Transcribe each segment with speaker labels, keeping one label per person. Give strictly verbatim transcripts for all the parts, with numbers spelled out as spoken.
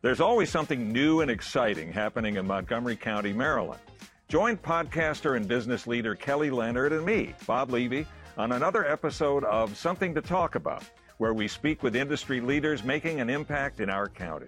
Speaker 1: There's always something new and exciting happening in Montgomery County, Maryland. Join podcaster and business leader Kelly Leonard and me, Bob Levy, on another episode of Something to Talk About, where we speak with industry leaders making an impact in our county.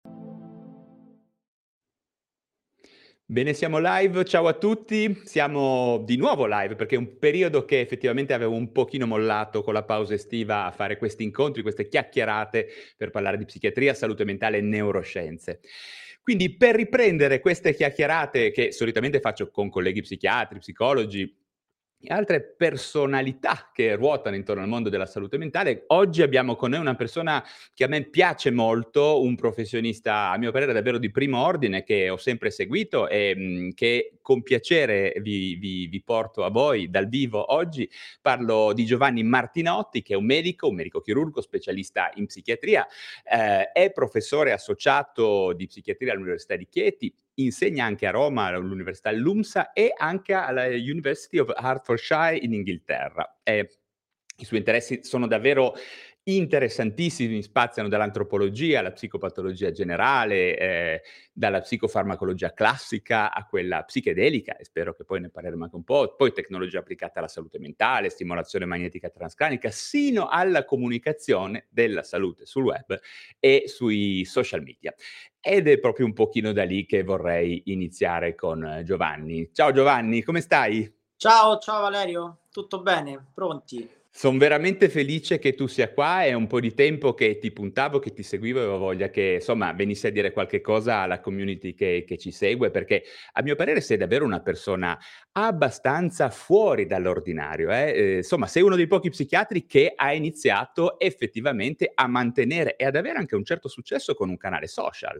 Speaker 2: Bene, siamo live, ciao a tutti, siamo di nuovo live perché è un periodo che effettivamente avevo un pochino mollato con la pausa estiva a fare questi incontri, queste chiacchierate per parlare di psichiatria, salute mentale e neuroscienze. Quindi per riprendere queste chiacchierate che solitamente faccio con colleghi psichiatri, psicologi e altre personalità che ruotano intorno al mondo della salute mentale, oggi abbiamo con noi una persona che a me piace molto, un professionista a mio parere davvero di primo ordine che ho sempre seguito e mh, che con piacere vi, vi, vi porto a voi dal vivo oggi. Parlo di Giovanni Martinotti, che è un medico, un medico chirurgo specialista in psichiatria, eh, è professore associato di psichiatria all'Università di Chieti, insegna anche a Roma all'Università LUMSA e anche alla University of Hertfordshire in Inghilterra. Eh, I suoi interessi sono davvero interessantissimi, spaziano dall'antropologia alla psicopatologia generale, eh, dalla psicofarmacologia classica a quella psichedelica, e spero che poi ne parleremo anche un po', poi tecnologia applicata alla salute mentale, stimolazione magnetica transcranica, sino alla comunicazione della salute sul web e sui social media. Ed è proprio un pochino da lì che vorrei iniziare con Giovanni. Ciao Giovanni, come stai?
Speaker 3: Ciao, ciao Valerio, tutto bene? Pronti?
Speaker 2: Sono veramente felice che tu sia qua, è un po' di tempo che ti puntavo, che ti seguivo e avevo voglia che insomma venissi a dire qualche cosa alla community che, che ci segue, perché a mio parere sei davvero una persona abbastanza fuori dall'ordinario. Eh? Eh, insomma, sei uno dei pochi psichiatri che ha iniziato effettivamente a mantenere e ad avere anche un certo successo con un canale social.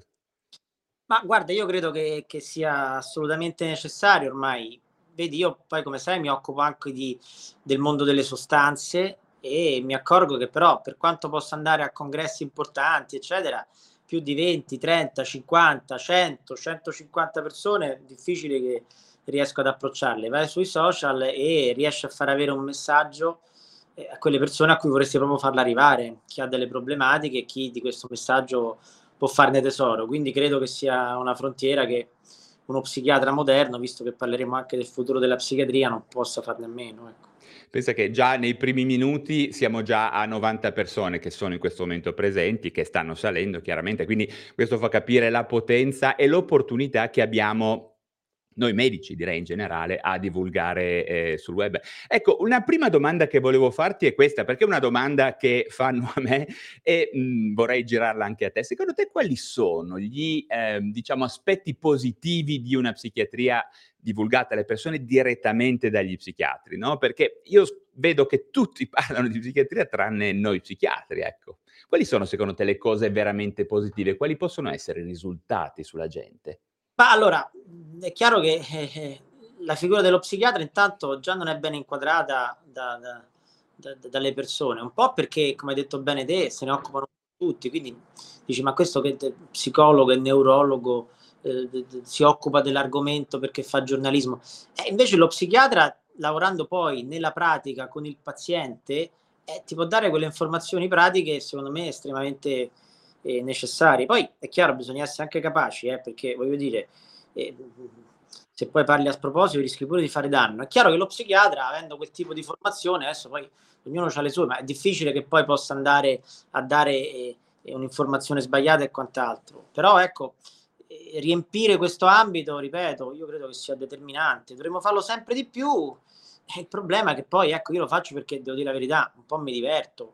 Speaker 3: Ma guarda, io credo che, che sia assolutamente necessario ormai. Vedi, io poi come sai mi occupo anche di, del mondo delle sostanze e mi accorgo che però per quanto possa andare a congressi importanti, eccetera, più di venti, trenta, cinquanta, cento, centocinquanta persone, è difficile che riesco ad approcciarle. Vai sui social e riesci a far avere un messaggio eh, a quelle persone a cui vorresti proprio farla arrivare, chi ha delle problematiche e chi di questo messaggio può farne tesoro. Quindi credo che sia una frontiera che uno psichiatra moderno, visto che parleremo anche del futuro della psichiatria, non possa farne a meno. Ecco.
Speaker 2: Pensa che già nei primi minuti siamo già a novanta persone che sono in questo momento presenti, che stanno salendo chiaramente, quindi questo fa capire la potenza e l'opportunità che abbiamo noi medici, direi in generale, a divulgare eh, sul web. Ecco, una prima domanda che volevo farti è questa, perché è una domanda che fanno a me e mh, vorrei girarla anche a te. Secondo te quali sono gli, eh, diciamo, aspetti positivi di una psichiatria divulgata alle persone direttamente dagli psichiatri, no? Perché io vedo che tutti parlano di psichiatria tranne noi psichiatri, ecco. Quali sono secondo te le cose veramente positive? Quali possono essere i risultati sulla gente?
Speaker 3: Ma allora, è chiaro che eh, la figura dello psichiatra intanto già non è ben inquadrata da, da, da, dalle persone, un po' perché, come hai detto bene te, se ne occupano tutti, quindi dici, ma questo che è psicologo e neurologo eh, si occupa dell'argomento perché fa giornalismo. E invece lo psichiatra, lavorando poi nella pratica con il paziente, eh, ti può dare quelle informazioni pratiche, secondo me, estremamente Eh, necessari. Poi è chiaro, bisogna essere anche capaci, eh, perché voglio dire, eh, se poi parli a sproposito rischi pure di fare danno. È chiaro che lo psichiatra, avendo quel tipo di formazione, adesso poi ognuno ha le sue, ma è difficile che poi possa andare a dare eh, un'informazione sbagliata e quant'altro. Però ecco, eh, riempire questo ambito, ripeto, io credo che sia determinante. Dovremmo farlo sempre di più. E il problema è che poi, ecco, io lo faccio perché, devo dire la verità, un po' mi diverto.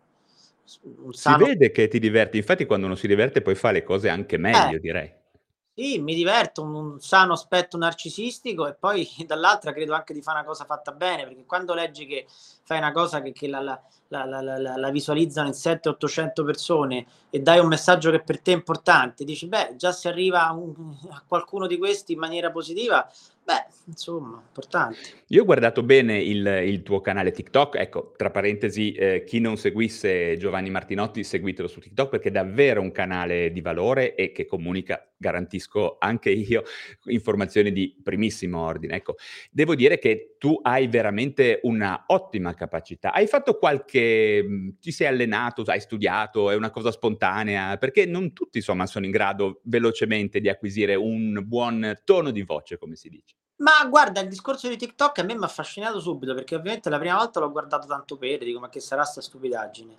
Speaker 2: Un sano... Si vede che ti diverti, infatti quando uno si diverte poi fa le cose anche meglio,
Speaker 3: eh,
Speaker 2: direi.
Speaker 3: Sì, mi diverto, un, un sano aspetto narcisistico e poi dall'altra credo anche di fare una cosa fatta bene, perché quando leggi che fai una cosa che, che la, la, la, la, la, la visualizzano in sette ottocento persone e dai un messaggio che per te è importante, dici, beh, già se arriva a, un, a qualcuno di questi in maniera positiva, beh, insomma, importante.
Speaker 2: Io ho guardato bene il, il tuo canale TikTok, ecco, tra parentesi, eh, chi non seguisse Giovanni Martinotti, seguitelo su TikTok perché è davvero un canale di valore e che comunica, garantisco anche io, informazioni di primissimo ordine. Ecco, devo dire che tu hai veramente una ottima capacità. Hai fatto qualche che mh, ti sei allenato, hai studiato, è una cosa spontanea? Perché non tutti, insomma, sono in grado velocemente di acquisire un buon tono di voce, come si dice.
Speaker 3: Ma guarda, il discorso di TikTok a me m'ha affascinato subito, perché ovviamente la prima volta l'ho guardato tanto per, dico: "Ma che sarà 'sta stupidaggine?"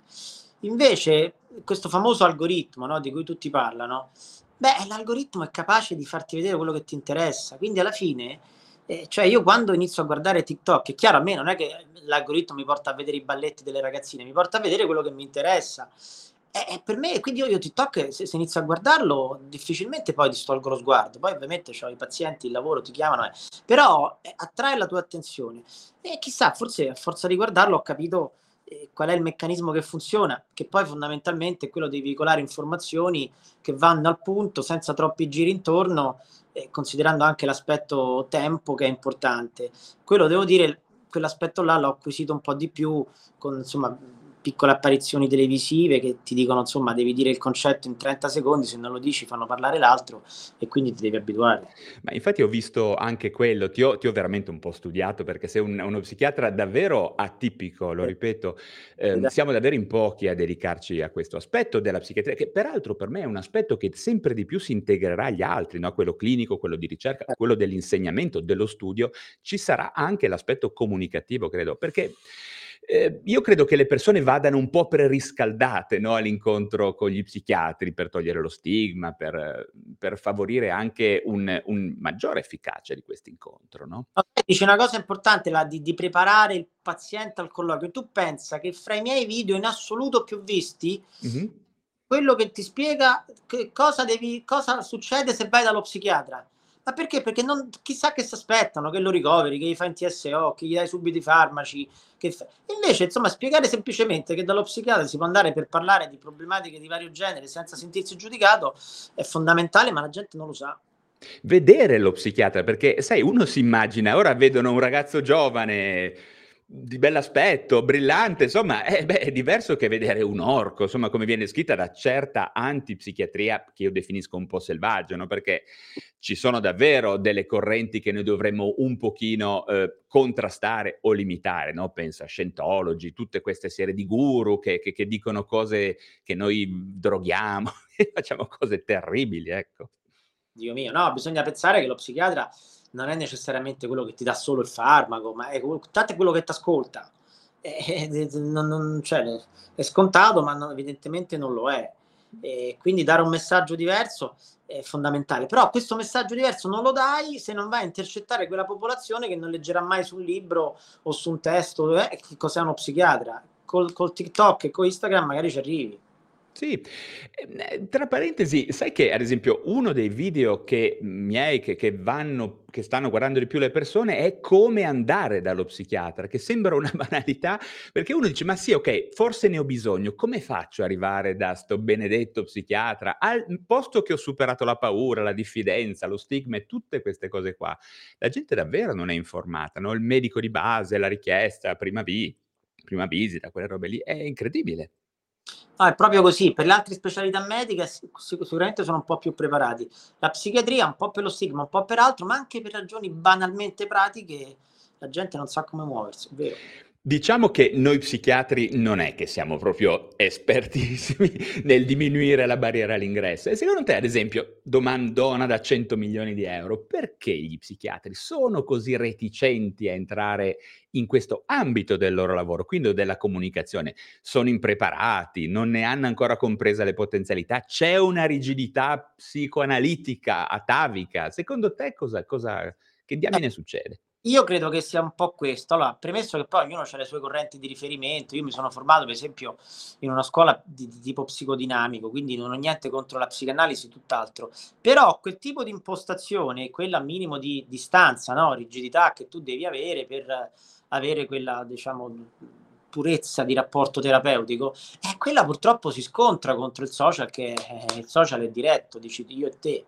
Speaker 3: Invece questo famoso algoritmo, no, di cui tutti parlano, beh, l'algoritmo è capace di farti vedere quello che ti interessa. Quindi alla fine, ehm, cioè io quando inizio a guardare TikTok, è chiaro, a me non è che l'algoritmo mi porta a vedere i balletti delle ragazzine, mi porta a vedere quello che mi interessa. Eh, e per me quindi io io TikTok se se inizio a guardarlo difficilmente poi distolgo lo sguardo. Poi ovviamente c'ho i pazienti, il lavoro, ti chiamano, eh, però, eh, attrae la tua attenzione. E chissà, forse a forza di guardarlo ho capito, ehm, qual è il meccanismo che funziona, che poi fondamentalmente è quello di veicolare informazioni che vanno al punto, senza troppi giri intorno, e considerando anche l'aspetto tempo che è importante. Quello devo dire, quell'aspetto là l'ho acquisito un po' di più con, insomma, piccole apparizioni televisive che ti dicono, insomma, devi dire il concetto in trenta secondi, se non lo dici fanno parlare l'altro e quindi ti devi abituare.
Speaker 2: Ma infatti ho visto anche quello, ti ho ti ho veramente un po' studiato perché sei un uno psichiatra davvero atipico, lo
Speaker 3: Eh,
Speaker 2: ripeto. Ehm, siamo davvero in pochi a dedicarci a questo aspetto della psichiatria, che peraltro per me è un aspetto che sempre di più si integrerà agli altri, no, quello clinico, quello di ricerca,
Speaker 3: eh.
Speaker 2: quello dell'insegnamento, dello studio. Ci sarà anche l'aspetto comunicativo, credo, perché, ehm, io credo che le persone vadano un po' preriscaldate, no, all'incontro con gli psichiatri per togliere lo stigma, per per favorire anche un un maggiore efficacia di quest'incontro, no?
Speaker 3: Okay, dici una cosa importante, la di di preparare il paziente al colloquio. Tu pensa che fra i miei video in assoluto più visti,
Speaker 2: Mh-mh.
Speaker 3: quello che ti spiega che cosa devi cosa succede se vai dallo psichiatra. Ma perché? Perché non chissà che s'aspettano, che lo ricoveri, che gli fai un T S O, che gli dai subito i farmaci, che fa invece, insomma, spiegare semplicemente che dallo psichiatra si può andare per parlare di problematiche di vario genere senza sentirsi giudicato è fondamentale, ma la gente non lo sa.
Speaker 2: Vedere lo psichiatra, perché sai uno si immagina, ora vedono un ragazzo giovane, di bell'aspetto, brillante, insomma, eh beh, è diverso che vedere un orco, insomma, come viene scritta da certa antipsichiatria che io definisco un po' selvaggio, no, perché ci sono davvero delle correnti che noi dovremmo un pochino, uhm, contrastare o limitare, no, penso a Scientology, tutte queste serie di guru che che che dicono cose che noi droghiamo e facciamo cose terribili, ecco.
Speaker 3: Dio mio, no, bisogna pensare che lo psichiatra non è necessariamente quello che ti dà solo il farmaco, ma è quello tanto è quello che t'ascolta. Eh, eh, non non cioè, è scontato, ma no, evidentemente non lo è. E quindi dare un messaggio diverso è fondamentale. Però questo messaggio diverso non lo dai se non vai a intercettare quella popolazione che non leggerà mai sul libro o su un testo, eh, che cos'è uno psichiatra. Col col TikTok e con Instagram magari ci arrivi.
Speaker 2: Sì, ehm, ehm, tra parentesi, sai che ad esempio uno dei video che miei che che vanno che stanno guardando di più le persone è come andare dallo psichiatra, che sembra una banalità, perché uno dice: "Ma sì, okay, forse ne ho bisogno, come faccio ad arrivare da 'sto benedetto psichiatra al posto che ho superato la paura, la diffidenza, lo stigma e tutte queste cose qua?" La gente davvero non è informata, no, il medico di base, la richiesta, prima vi prima visita, quelle robe lì, è incredibile.
Speaker 3: No, è proprio così. Per le altre specialità mediche s sic sicuramente sono un po' più preparati. La psichiatria un po' per lo stigma, un po' per altro, ma anche per ragioni banalmente pratiche, la gente non sa come muoversi, è vero.
Speaker 2: Diciamo che noi psichiatri non è che siamo proprio espertissimi nel diminuire la barriera all'ingresso. E secondo te, ad esempio, domandona da cento milioni di euro, perché gli psichiatri sono così reticenti a entrare in questo ambito del loro lavoro, quindi della comunicazione? Sono impreparati, non ne hanno ancora compresa le potenzialità, c'è una rigidità psicoanalitica, atavica. Secondo te cosa cosa che diamine succede?
Speaker 3: Io credo che sia un po' questo. Allora, premesso che poi ognuno c'ha le sue correnti di riferimento, io mi sono formato per esempio in una scuola di di tipo psicodinamico, quindi non ho niente contro la psicanalisi, tutt'altro. Però quel tipo di impostazione, quella minimo di distanza, no, rigidità che tu devi avere per avere quella, diciamo, purezza di rapporto terapeutico, eh, quella purtroppo si scontra contro il social che eh, il social è diretto, dici io e te.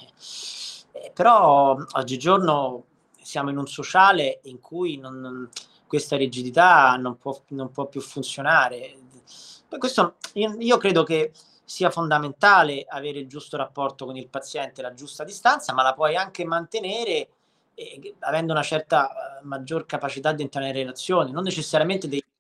Speaker 3: Eh, però oggigiorno siamo in un sociale in cui non non questa rigidità non può non può più funzionare. Poi questo io io credo che sia fondamentale avere il giusto rapporto con il paziente, la giusta distanza, ma la puoi anche mantenere, ehm, g avendo una certa, uhm, maggior capacità di entrare in relazione, non necessariamente devi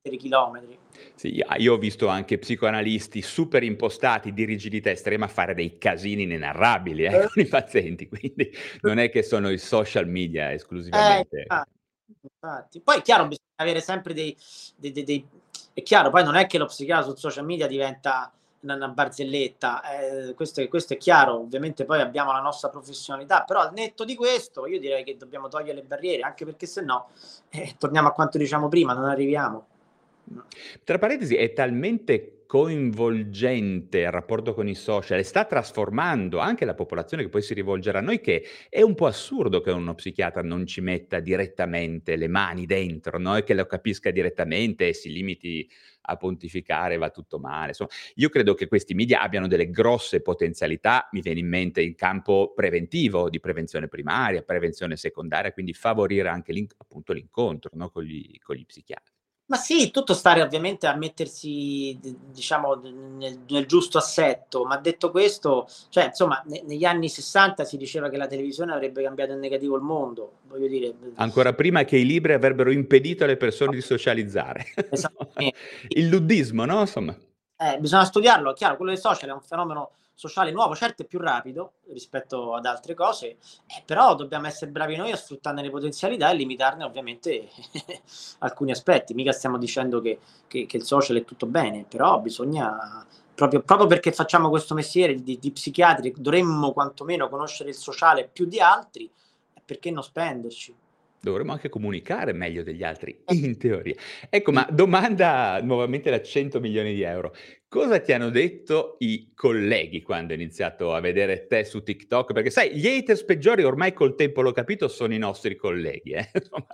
Speaker 3: per chilometri.
Speaker 2: Sì, io ho visto anche psicoanalisti super impostati di rigidità estrema fare dei casini inenarrabili eh,
Speaker 3: Eh.
Speaker 2: con i pazienti, quindi non è che sono i social media
Speaker 3: Eh,
Speaker 2: esclusivamente.
Speaker 3: infatti, infatti. Poi è chiaro, bisogna avere sempre dei, dei, dei, dei... È chiaro, poi non è che lo psichiatra su social media diventa una, una barzelletta, eh, questo, è, questo è chiaro, ovviamente poi abbiamo la nostra professionalità, però al netto di questo io direi che dobbiamo togliere le barriere, anche perché se no, eh, torniamo a quanto diciamo prima, non arriviamo.
Speaker 2: Tra parentesi, è talmente coinvolgente il rapporto con i social e sta trasformando anche la popolazione che poi si rivolgerà a noi, che è un po' assurdo che uno psichiatra non ci metta direttamente le mani dentro, no? E che lo capisca direttamente e si limiti a pontificare, va tutto male. Insomma, io credo che questi media abbiano delle grosse potenzialità, mi viene in mente in campo preventivo, di prevenzione primaria, prevenzione secondaria, quindi favorire anche l'in- appunto l'incontro, no? con, gli, con gli psichiatri.
Speaker 3: Ma sì, tutto stare ovviamente a mettersi, d- diciamo, d- nel, nel giusto assetto, ma detto questo, cioè, insomma, ne- negli anni sessanta si diceva che la televisione avrebbe cambiato in negativo il mondo, voglio dire.
Speaker 2: Ancora prima che i libri avrebbero impedito alle persone di socializzare.
Speaker 3: Esattamente.
Speaker 2: Il luddismo, no? Insomma.
Speaker 3: Eh, bisogna studiarlo, è chiaro, quello dei social è un fenomeno sociale nuovo, certo è più rapido rispetto ad altre cose, eh, però dobbiamo essere bravi noi a sfruttarne le potenzialità e limitarne ovviamente alcuni aspetti. Mica stiamo dicendo che, che, che il social è tutto bene, però bisogna, proprio, proprio perché facciamo questo mestiere di, di psichiatri, dovremmo quantomeno conoscere il sociale più di altri, perché non spenderci?
Speaker 2: Dovremmo anche comunicare meglio degli altri, in teoria. Ecco, ma domanda nuovamente da cento milioni di euro. Cosa ti hanno detto i colleghi quando hai iniziato a vedere te su TikTok? Perché sai, gli haters peggiori ormai col tempo, l'ho capito, sono i nostri colleghi. Eh?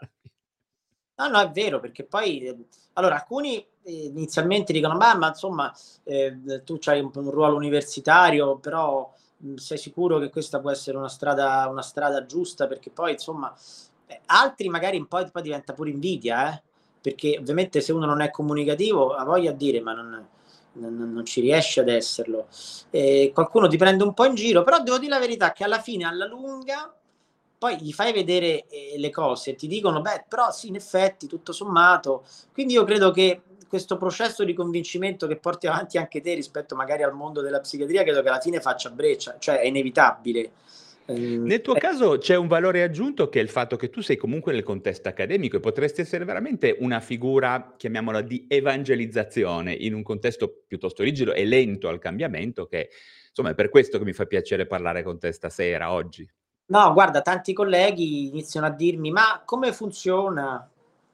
Speaker 3: No, no, è vero, perché poi, eh, allora, alcuni eh, inizialmente dicono, ma, ma insomma, eh, tu hai un, un ruolo universitario, però mh, sei sicuro che questa può essere una strada, una strada giusta? Perché poi, insomma, eh, altri magari un po' poi diventa pure invidia, eh? Perché ovviamente se uno non è comunicativo ha voglia a dire, ma non, non, non ci riesce ad esserlo. Eh, qualcuno ti prende un po' in giro, però devo dire la verità che alla fine, alla lunga, poi gli fai vedere eh, le cose e ti dicono, beh, però sì, in effetti, tutto sommato. Quindi io credo che questo processo di convincimento che porti avanti anche te rispetto magari al mondo della psichiatria, credo che alla fine faccia breccia, cioè è inevitabile. Ehm,
Speaker 2: Nel tuo caso c'è un valore aggiunto che è il fatto che tu sei comunque nel contesto accademico e potresti essere veramente una figura, chiamiamola, di evangelizzazione in un contesto piuttosto rigido e lento al cambiamento, che insomma è per questo che mi fa piacere parlare con te stasera, oggi.
Speaker 3: No, guarda, tanti colleghi iniziano a dirmi, ma come funziona?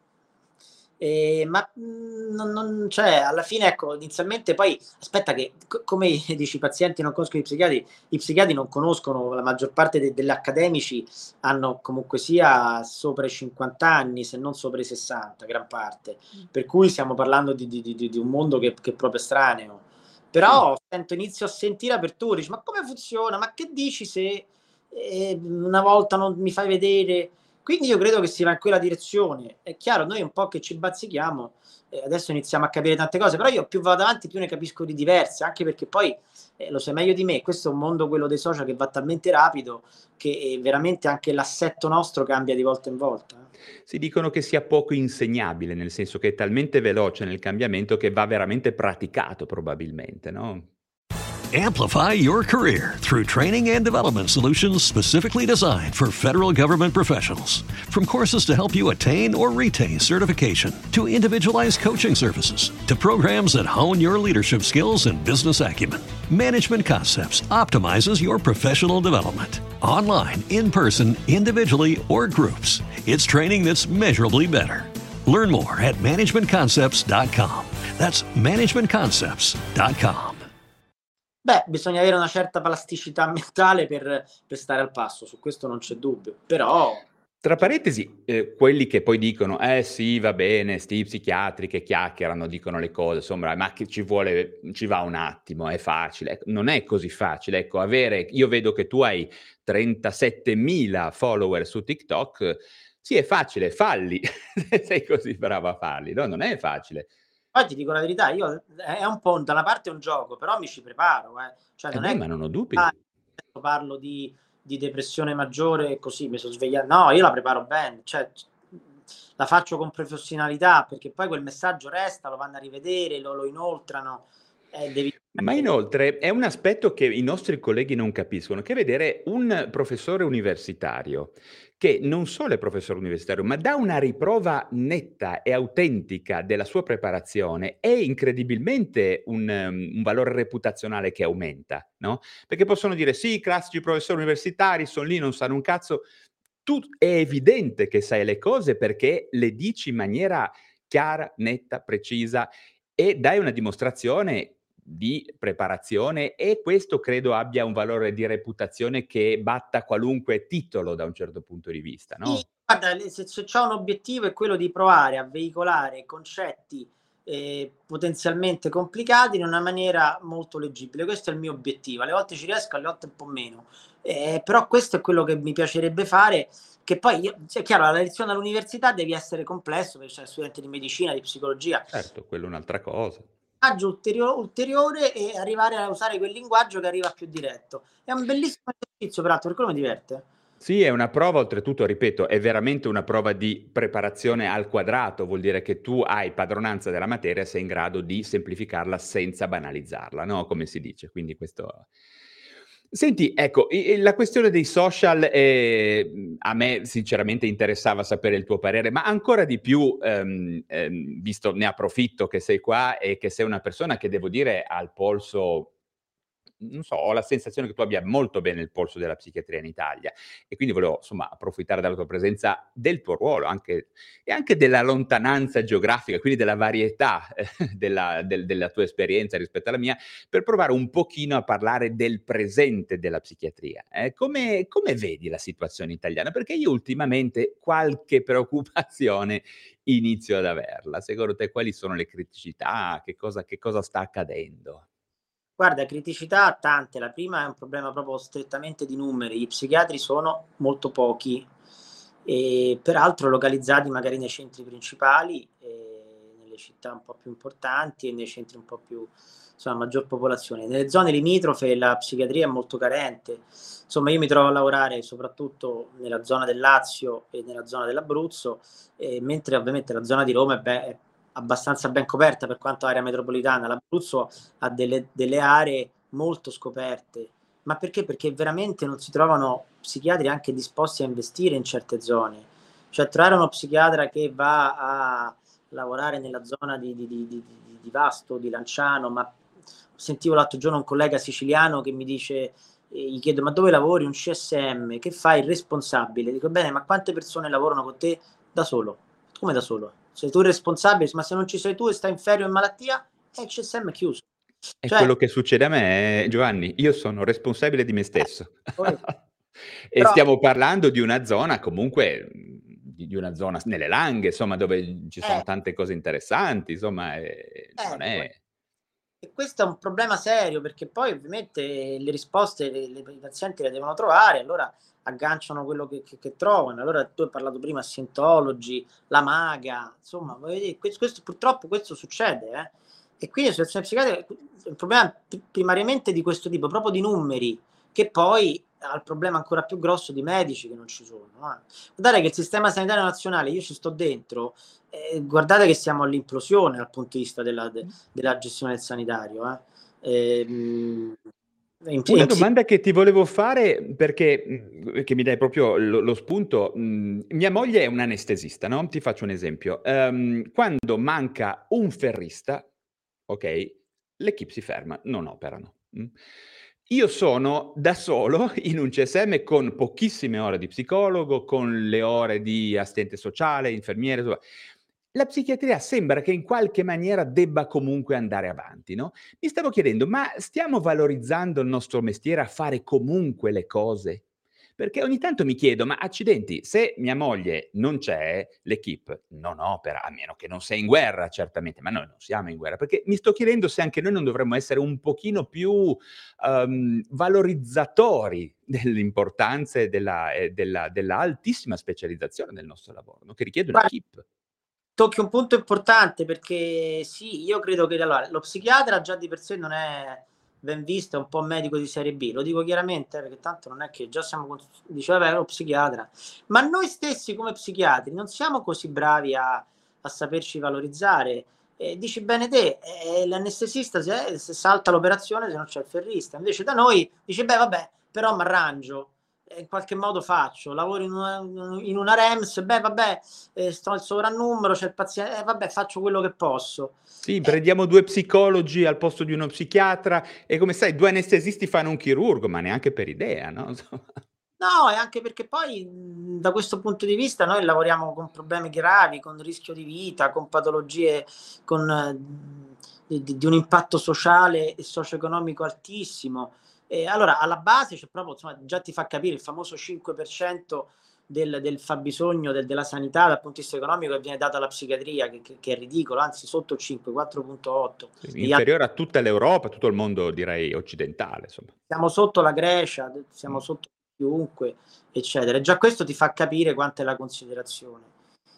Speaker 3: Eh, ma mh, non, non, cioè, alla fine, ecco, inizialmente poi, aspetta che, co- come dici, i pazienti non conoscono i psichiatri, i psichiatri non conoscono, la maggior parte de- degli accademici hanno comunque sia sopra i cinquanta anni, se non sopra i sessanta, gran parte. Per cui stiamo parlando di, di- di- di un mondo che, che è proprio estraneo. Però sento, inizio a sentire aperture, dici, ma come funziona? Ma che dici se eh, una volta non mi fai vedere? Quindi io credo che si va in quella direzione. È chiaro, noi un po' che ci bazzichiamo, eh, adesso iniziamo a capire tante cose, però io più vado avanti più ne capisco di diverse, anche perché poi, eh, lo sai meglio di me, questo è un mondo, quello dei social, che va talmente rapido che eh, veramente anche l'assetto nostro cambia di volta in volta.
Speaker 2: Si dicono che sia poco insegnabile, nel senso che è talmente veloce nel cambiamento che va veramente praticato probabilmente, no?
Speaker 4: Amplify your career through training and development solutions specifically designed for federal government professionals. From courses to help you attain or retain certification, to individualized coaching services, to programs that hone your leadership skills and business acumen, Management Concepts optimizes your professional development. Online, in person, individually, or groups, it's training that's measurably better. Learn more at management concepts dot com. That's management concepts dot com.
Speaker 3: Beh, bisogna avere una certa plasticità mentale per, per stare al passo, su questo non c'è dubbio, però...
Speaker 2: Tra parentesi, eh, quelli che poi dicono, eh sì, va bene, sti psichiatri che chiacchierano, dicono le cose, insomma, ma che ci vuole, ci va un attimo, è facile. Ecco, non è così facile, ecco, avere, io vedo che tu hai trentasettemila follower su TikTok, sì, è facile, falli, sei così brava a farli, no? Non è facile.
Speaker 3: Poi ti dico la verità, io è un po' da una parte un gioco, però mi ci preparo, eh. Cioè,
Speaker 2: Eh
Speaker 3: non
Speaker 2: beh,
Speaker 3: è
Speaker 2: ma
Speaker 3: che
Speaker 2: non ho dubbi.
Speaker 3: ah, parlo di, di depressione maggiore e così mi sono svegliato. No, io la preparo bene. Cioè, la faccio con professionalità, perché poi quel messaggio resta, lo vanno a rivedere, lo, lo inoltrano. Eh, devi...
Speaker 2: Ma inoltre è un aspetto che i nostri colleghi non capiscono, che vedere un professore universitario che non solo è professore universitario, ma dà una riprova netta e autentica della sua preparazione è incredibilmente un, um, un valore reputazionale che aumenta, no? Perché possono dire sì, i classici professori universitari sono lì, non sanno un cazzo. Tu è evidente che sai le cose perché le dici in maniera chiara, netta, precisa e dai una dimostrazione di preparazione e questo credo abbia un valore di reputazione che batta qualunque titolo da un certo punto di vista, no?
Speaker 3: Sì, guarda, se, se c'è un obiettivo è quello di provare a veicolare concetti eh, potenzialmente complicati in una maniera molto leggibile. Questo è il mio obiettivo. Alle volte ci riesco, alle volte un po' meno. Eh, però questo è quello che mi piacerebbe fare, che poi, io, cioè, chiaro, la lezione all'università devi essere complesso, perché c'è studenti di medicina, di psicologia.
Speaker 2: Certo, quello è un'altra cosa.
Speaker 3: Ulteriore, ulteriore e arrivare a usare quel linguaggio che arriva più diretto. È un bellissimo esercizio, peraltro, per quello mi diverte.
Speaker 2: Sì, è una prova, oltretutto, ripeto, è veramente una prova di preparazione al quadrato, vuol dire che tu hai padronanza della materia, sei in grado di semplificarla senza banalizzarla, no? Come si dice, quindi questo... Senti, ecco, i- i- la questione dei social eh, a me sinceramente interessava sapere il tuo parere, ma ancora di più, ehm, ehm, visto ne approfitto che sei qua e che sei una persona che devo dire ha il polso, non so, ho la sensazione che tu abbia molto bene il polso della psichiatria in Italia e quindi volevo insomma approfittare della tua presenza, del tuo ruolo anche, e anche della lontananza geografica, quindi della varietà eh, della, del- della tua esperienza rispetto alla mia, per provare un pochino a parlare del presente della psichiatria. Eh, come, come vedi la situazione italiana? Perché io ultimamente qualche preoccupazione inizio ad averla. Secondo te quali sono le criticità? Che cosa, che cosa sta accadendo?
Speaker 3: Guarda, criticità tante. La prima è un problema proprio strettamente di numeri. Gli psichiatri sono molto pochi e peraltro localizzati magari nei centri principali, eh, nelle città un po' più importanti e nei centri un po' più, insomma, maggior popolazione. Nelle zone limitrofe la psichiatria è molto carente. Insomma, io mi trovo a lavorare soprattutto nella zona del Lazio e nella zona dell'Abruzzo, eh, mentre ovviamente la zona di Roma è, be- è abbastanza ben coperta per quanto area metropolitana. L'Abruzzo ha delle, delle aree molto scoperte. Ma perché? Perché veramente non si trovano psichiatri anche disposti a investire in certe zone. Cioè trovare uno psichiatra che va a lavorare nella zona di, di, di, di, di Vasto, di Lanciano, ma sentivo l'altro giorno un collega siciliano che mi dice, eh, gli chiedo ma dove lavori? Un C S M, che fai il responsabile? Dico bene, ma quante persone lavorano con te? Da solo. Come da solo? Sei tu il responsabile, ma se non ci sei tu e stai in ferie o in malattia, è il C S M è chiuso.
Speaker 2: È
Speaker 3: Cioè,
Speaker 2: quello che succede a me, eh, Giovanni. Io sono responsabile di me stesso.
Speaker 3: poi-
Speaker 2: E
Speaker 3: però,
Speaker 2: stiamo parlando di una zona comunque, mh, di, di una zona nelle Langhe, insomma, dove ci sono
Speaker 3: eh,
Speaker 2: tante cose interessanti, insomma, eh, non
Speaker 3: ecco,
Speaker 2: è...
Speaker 3: e questo è un problema serio perché poi ovviamente le risposte le, le, i pazienti le devono trovare, allora agganciano quello che, che, che trovano. Allora tu hai parlato prima Scientology, la maga, insomma, questo, questo, purtroppo questo succede, eh? E quindi la situazione psichiatrica è un problema primariamente di questo tipo, proprio di numeri, che poi ha il problema ancora più grosso di medici che non ci sono. Eh. Guardate che il sistema sanitario nazionale, io ci sto dentro, eh, guardate che siamo all'implosione dal punto di vista della, de, della gestione del sanitario. Eh. Ehm, in,
Speaker 2: Una
Speaker 3: in,
Speaker 2: domanda che ti volevo fare, perché mh, che mi dai proprio lo, lo spunto, mh, mia moglie è un anestesista, no? Ti faccio un esempio. Ehm, quando manca un ferrista, ok, l'equipe si ferma, non operano. mh. Io sono da solo in un C S M con pochissime ore di psicologo, con le ore di assistente sociale, infermiere, insomma. La psichiatria sembra che in qualche maniera debba comunque andare avanti, no? Mi stavo chiedendo, ma stiamo valorizzando il nostro mestiere a fare comunque le cose? Perché ogni tanto mi chiedo, ma accidenti, se mia moglie non c'è, l'equipe non opera, a meno che non sia in guerra, certamente, ma noi non siamo in guerra, perché mi sto chiedendo se anche noi non dovremmo essere un pochino più um, valorizzatori dell'importanza e della, eh, della, della altissima specializzazione del nostro lavoro, no? Che richiede un'equipe.
Speaker 3: Tocchi un punto importante perché sì, io credo che allora, lo psichiatra già di per sé non è, ben visto, è un po' medico di serie B, lo dico chiaramente, perché tanto non è che già siamo, con... dice vabbè, ero psichiatra, ma noi stessi come psichiatri non siamo così bravi a, a saperci valorizzare. Eh, dici bene te, eh, l'anestesista se, se salta l'operazione se non c'è il ferrista, invece da noi dice beh vabbè, però mi arrangio, eh, in qualche modo faccio, lavoro in una, in una R E M S, beh vabbè, eh, sto al sovrannumero, c'è il paziente, eh, vabbè faccio quello che posso.
Speaker 2: Sì, prendiamo due psicologi al posto di uno psichiatra e come sai due anestesisti fanno un chirurgo, ma neanche per idea, no? Insomma.
Speaker 3: No, e anche perché poi mh, da questo punto di vista noi lavoriamo con problemi gravi, con rischio di vita, con patologie, con eh, di, di un impatto sociale e socio-economico altissimo. E allora alla base c'è proprio, insomma, già ti fa capire il famoso cinque per cento del, del fabbisogno del, della sanità dal punto di vista economico che viene dato alla psichiatria, che, che, che è ridicolo, anzi sotto il cinque, quattro virgola otto.
Speaker 2: Sì, inferiore a tutta l'Europa, tutto il mondo direi occidentale. Insomma.
Speaker 3: Siamo sotto la Grecia, siamo mm. sotto chiunque, eccetera. E già questo ti fa capire quanta è la considerazione.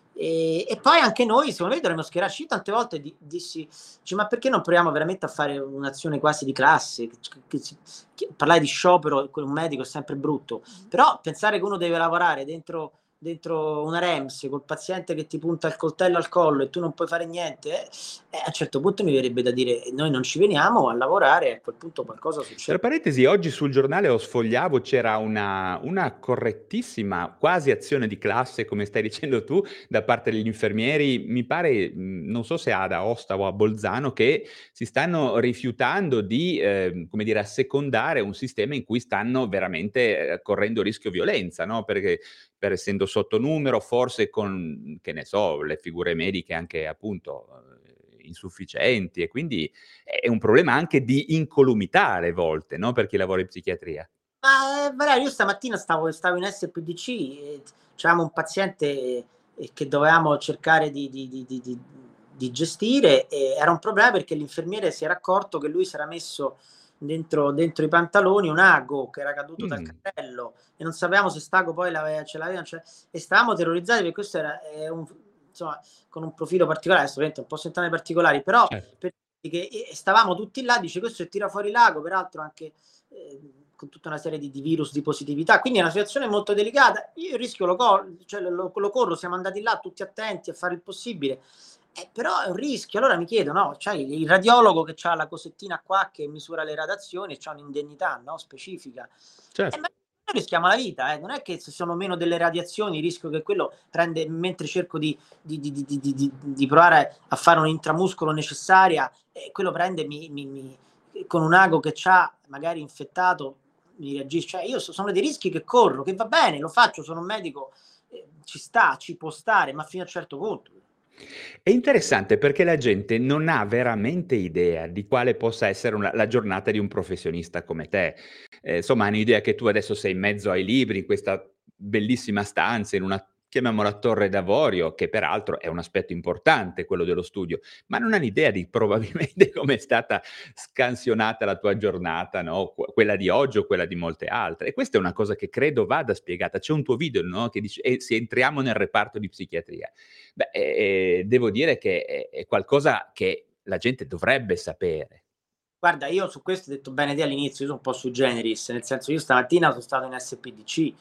Speaker 3: E, e poi anche noi, secondo me, dovremmo schierarci. Tante volte di, dissi, cioè, ma perché non proviamo veramente a fare un'azione quasi di classe? Che, che, che, parlare di sciopero con un medico è sempre brutto, però pensare che uno deve lavorare dentro dentro una R E M S col paziente che ti punta il coltello al collo e tu non puoi fare niente, eh, eh, a un certo punto mi verrebbe da dire noi non ci veniamo a lavorare e a quel punto qualcosa succede.
Speaker 2: Tra parentesi, oggi sul giornale o sfogliavo c'era una, una correttissima quasi azione di classe, come stai dicendo tu, da parte degli infermieri, mi pare, non so se ad Aosta o a Bolzano, che si stanno rifiutando di, eh, come dire, assecondare un sistema in cui stanno veramente eh, correndo rischio violenza, no? Perché per essendo sotto numero, forse con, che ne so, le figure mediche anche appunto eh, insufficienti, e quindi è un problema anche di incolumità alle volte, no? Per chi lavora in psichiatria.
Speaker 3: Ma eh, Valerio, io stamattina stavo, stavo in S P D C, e c'avevamo un paziente eh, che dovevamo cercare di, di, di, di, di gestire, e era un problema perché l'infermiere si era accorto che lui si era messo Dentro, dentro i pantaloni un ago che era caduto mm. dal carrello e non sapevamo se Stago poi l'aveva, ce l'aveva, cioè, e stavamo terrorizzati perché questo era è un, insomma, con un profilo particolare, ovviamente un po' sentire particolari, però certo. Perché stavamo tutti là, dice questo è tira fuori l'ago, peraltro anche eh, con tutta una serie di, di virus di positività, quindi è una situazione molto delicata. Io il rischio lo, cor- cioè, lo, lo corro, siamo andati là tutti attenti a fare il possibile. Eh, però è un rischio, allora mi chiedo, no? Cioè, il radiologo che ha la cosettina qua che misura le radiazioni c'ha un'indennità, no? Specifica. Certo. Eh, ma noi rischiamo la vita, eh? Non è che se sono meno delle radiazioni il rischio che quello prende, mentre cerco di, di, di, di, di, di, di provare a fare un intramuscolo necessaria, e quello prende mi, mi, mi, con un ago che c'ha magari infettato, mi reagisce. Cioè, io so, sono dei rischi che corro, che va bene, lo faccio, sono un medico, eh, ci sta, ci può stare, ma fino a un certo punto.
Speaker 2: È interessante perché la gente non ha veramente idea di quale possa essere una, la giornata di un professionista come te. Eh, insomma, hanno idea che tu adesso sei in mezzo ai libri, in questa bellissima stanza, in una, chiamiamola torre d'avorio, che peraltro è un aspetto importante, quello dello studio, ma non hanno idea di probabilmente come è stata scansionata la tua giornata, no? Quella di oggi o quella di molte altre. E questa è una cosa che credo vada spiegata. C'è un tuo video, no? Che dice, eh, se entriamo nel reparto di psichiatria. Beh, eh, devo dire che è, è qualcosa che la gente dovrebbe sapere.
Speaker 3: Guarda, io su questo ho detto bene te all'inizio, io sono un po' sui generis, nel senso io stamattina sono stato in S P D C,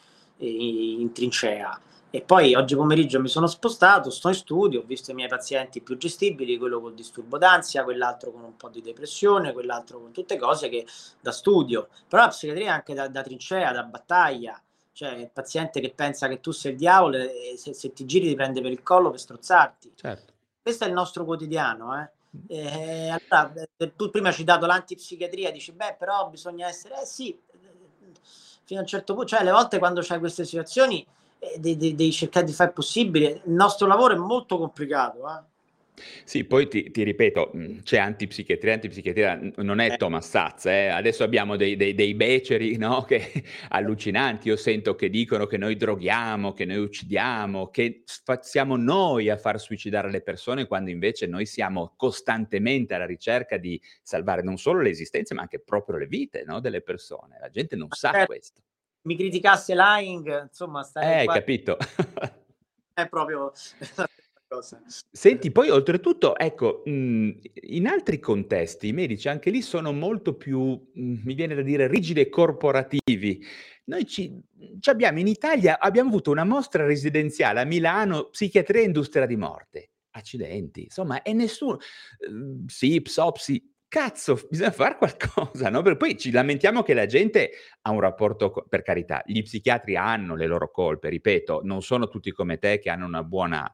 Speaker 3: in trincea, e poi oggi pomeriggio mi sono spostato, sto in studio, ho visto i miei pazienti più gestibili, quello con disturbo d'ansia, quell'altro con un po' di depressione, quell'altro con tutte cose che da studio, però la psichiatria è anche da, da trincea, da battaglia, cioè il paziente che pensa che tu sei il diavolo e se, se ti giri ti prende per il collo per strozzarti. Certo. Questo è il nostro quotidiano, eh. Eh, allora, tu prima hai citato l'antipsichiatria, dici beh però bisogna essere, eh sì, fino a un certo punto, cioè alle volte quando c'hai queste situazioni eh, devi, devi cercare di fare il possibile. Il nostro lavoro è molto complicato, eh.
Speaker 2: Sì, poi ti, ti ripeto, c'è antipsichiatria, antipsichiatria non è Thomas Szasz, eh. Adesso abbiamo dei, dei, dei beceri, no? Che, allucinanti, io sento che dicono che noi droghiamo, che noi uccidiamo, che siamo noi a far suicidare le persone, quando invece noi siamo costantemente alla ricerca di salvare non solo le esistenze, ma anche proprio le vite, no? Delle persone. La gente non ma sa certo. questo.
Speaker 3: Mi criticasse Lying, insomma,
Speaker 2: stare eh, hai qua... capito.
Speaker 3: È proprio... cosa.
Speaker 2: Senti, poi oltretutto, ecco, mh, in altri contesti i medici anche lì sono molto più, mh, mi viene da dire, rigidi e corporativi. Noi ci, ci abbiamo in Italia, abbiamo avuto una mostra residenziale a Milano, psichiatria e industria di morte. Accidenti, insomma, e nessuno, eh, sì, psopsi, cazzo, bisogna fare qualcosa, no? Per poi ci lamentiamo che la gente ha un rapporto, co- per carità, gli psichiatri hanno le loro colpe, ripeto, non sono tutti come te che hanno una buona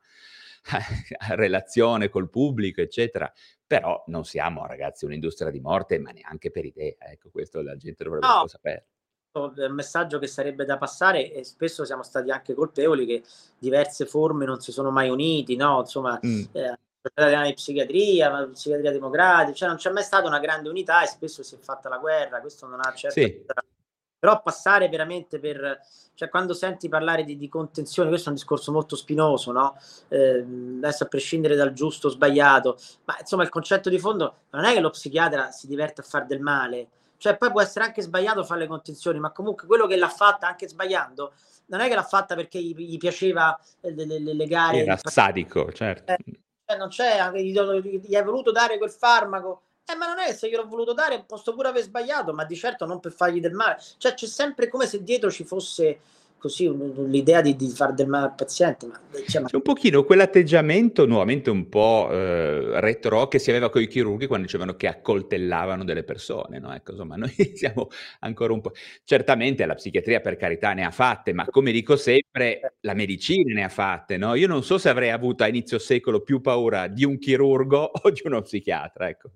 Speaker 2: relazione col pubblico, eccetera, però non siamo, ragazzi, un'industria di morte, ma neanche per idea, ecco, questo la gente dovrebbe un
Speaker 3: No,
Speaker 2: po' sapere.
Speaker 3: è un messaggio che sarebbe da passare e spesso siamo stati anche colpevoli che diverse forme non si sono mai uniti, no? Insomma,
Speaker 2: Mm.
Speaker 3: eh, di psichiatria, psichiatria democratica, cioè non c'è mai stata una grande unità e spesso si è fatta la guerra, questo non ha certo...
Speaker 2: Sì.
Speaker 3: Però passare veramente per... Cioè quando senti parlare di, di contenzione, questo è un discorso molto spinoso, no? Eh, adesso a prescindere dal giusto o sbagliato, ma insomma il concetto di fondo non è che lo psichiatra si diverte a fare del male, cioè poi può essere anche sbagliato fare le contenzioni, ma comunque quello che l'ha fatta anche sbagliando non è che l'ha fatta perché gli, gli piaceva eh, le, le, le gare.
Speaker 2: Era sadico, certo.
Speaker 3: Eh, cioè non c'è, gli, gli, gli hai voluto dare quel farmaco, eh, ma non è che se gliel'ho voluto dare posso pure aver sbagliato, ma di certo non per fargli del male. Cioè c'è sempre come se dietro ci fosse così l'idea di, di far del male al paziente. Ma, cioè, ma...
Speaker 2: C'è un pochino quell'atteggiamento nuovamente un po' eh, retro che si aveva con i chirurghi quando dicevano che accoltellavano delle persone, no? Ecco, insomma, noi siamo ancora un po'... Certamente la psichiatria, per carità, ne ha fatte, ma come dico sempre, la medicina ne ha fatte, no? Io non so se avrei avuto a inizio secolo più paura di un chirurgo o di uno psichiatra, ecco.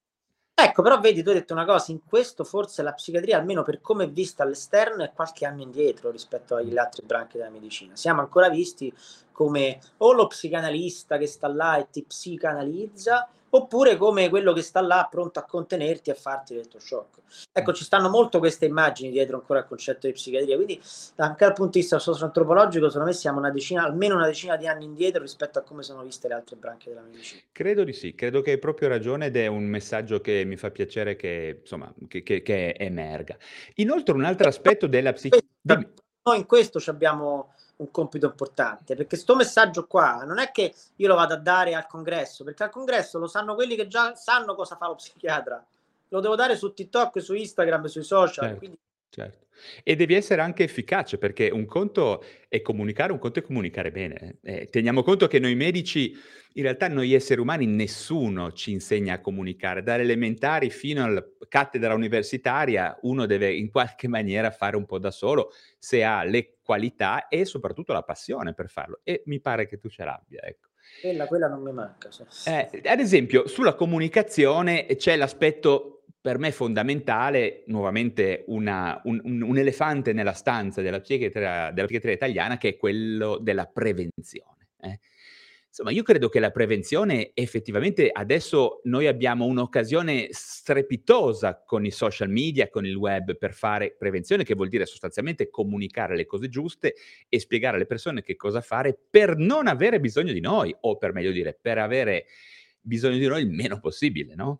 Speaker 3: Ecco, però vedi, tu hai detto una cosa, in questo forse la psichiatria, almeno per come è vista all'esterno, è qualche anno indietro rispetto agli altri branchi della medicina. Siamo ancora visti come o lo psicanalista che sta là e ti psicanalizza, oppure come quello che sta là pronto a contenerti e a farti elettroshock. Ecco, ci stanno molto queste immagini dietro ancora al concetto di psichiatria, quindi anche dal punto di vista socio-antropologico, secondo me siamo una decina, almeno una decina di anni indietro rispetto a come sono viste le altre branche della medicina.
Speaker 2: Credo di sì, credo che hai proprio ragione ed è un messaggio che mi fa piacere che, insomma, che, che, che emerga. Inoltre un altro aspetto della psichiatria...
Speaker 3: Noi in questo abbiamo un compito importante, perché sto messaggio qua non è che io lo vado a dare al congresso, perché al congresso lo sanno quelli che già sanno cosa fa lo psichiatra, lo devo dare su TikTok, su Instagram, sui social.
Speaker 2: Certo,
Speaker 3: quindi...
Speaker 2: certo. E devi essere anche efficace, perché un conto è comunicare, un conto è comunicare bene. Eh, teniamo conto che noi medici, in realtà noi esseri umani, nessuno ci insegna a comunicare. Dalle elementari fino alla cattedra universitaria, uno deve in qualche maniera fare un po' da solo, se ha le qualità e soprattutto la passione per farlo. E mi pare che tu ce l'abbia, ecco.
Speaker 3: Quella, quella non mi manca. Sì.
Speaker 2: Eh, ad esempio, sulla comunicazione c'è l'aspetto per me fondamentale, nuovamente una, un, un, un elefante nella stanza della psichiatria, della psichiatria italiana, che è quello della prevenzione. Eh. Insomma, io credo che la prevenzione effettivamente adesso noi abbiamo un'occasione strepitosa con i social media, con il web, per fare prevenzione, che vuol dire sostanzialmente comunicare le cose giuste e spiegare alle persone che cosa fare per non avere bisogno di noi, o per meglio dire, per avere bisogno di noi il meno possibile, no?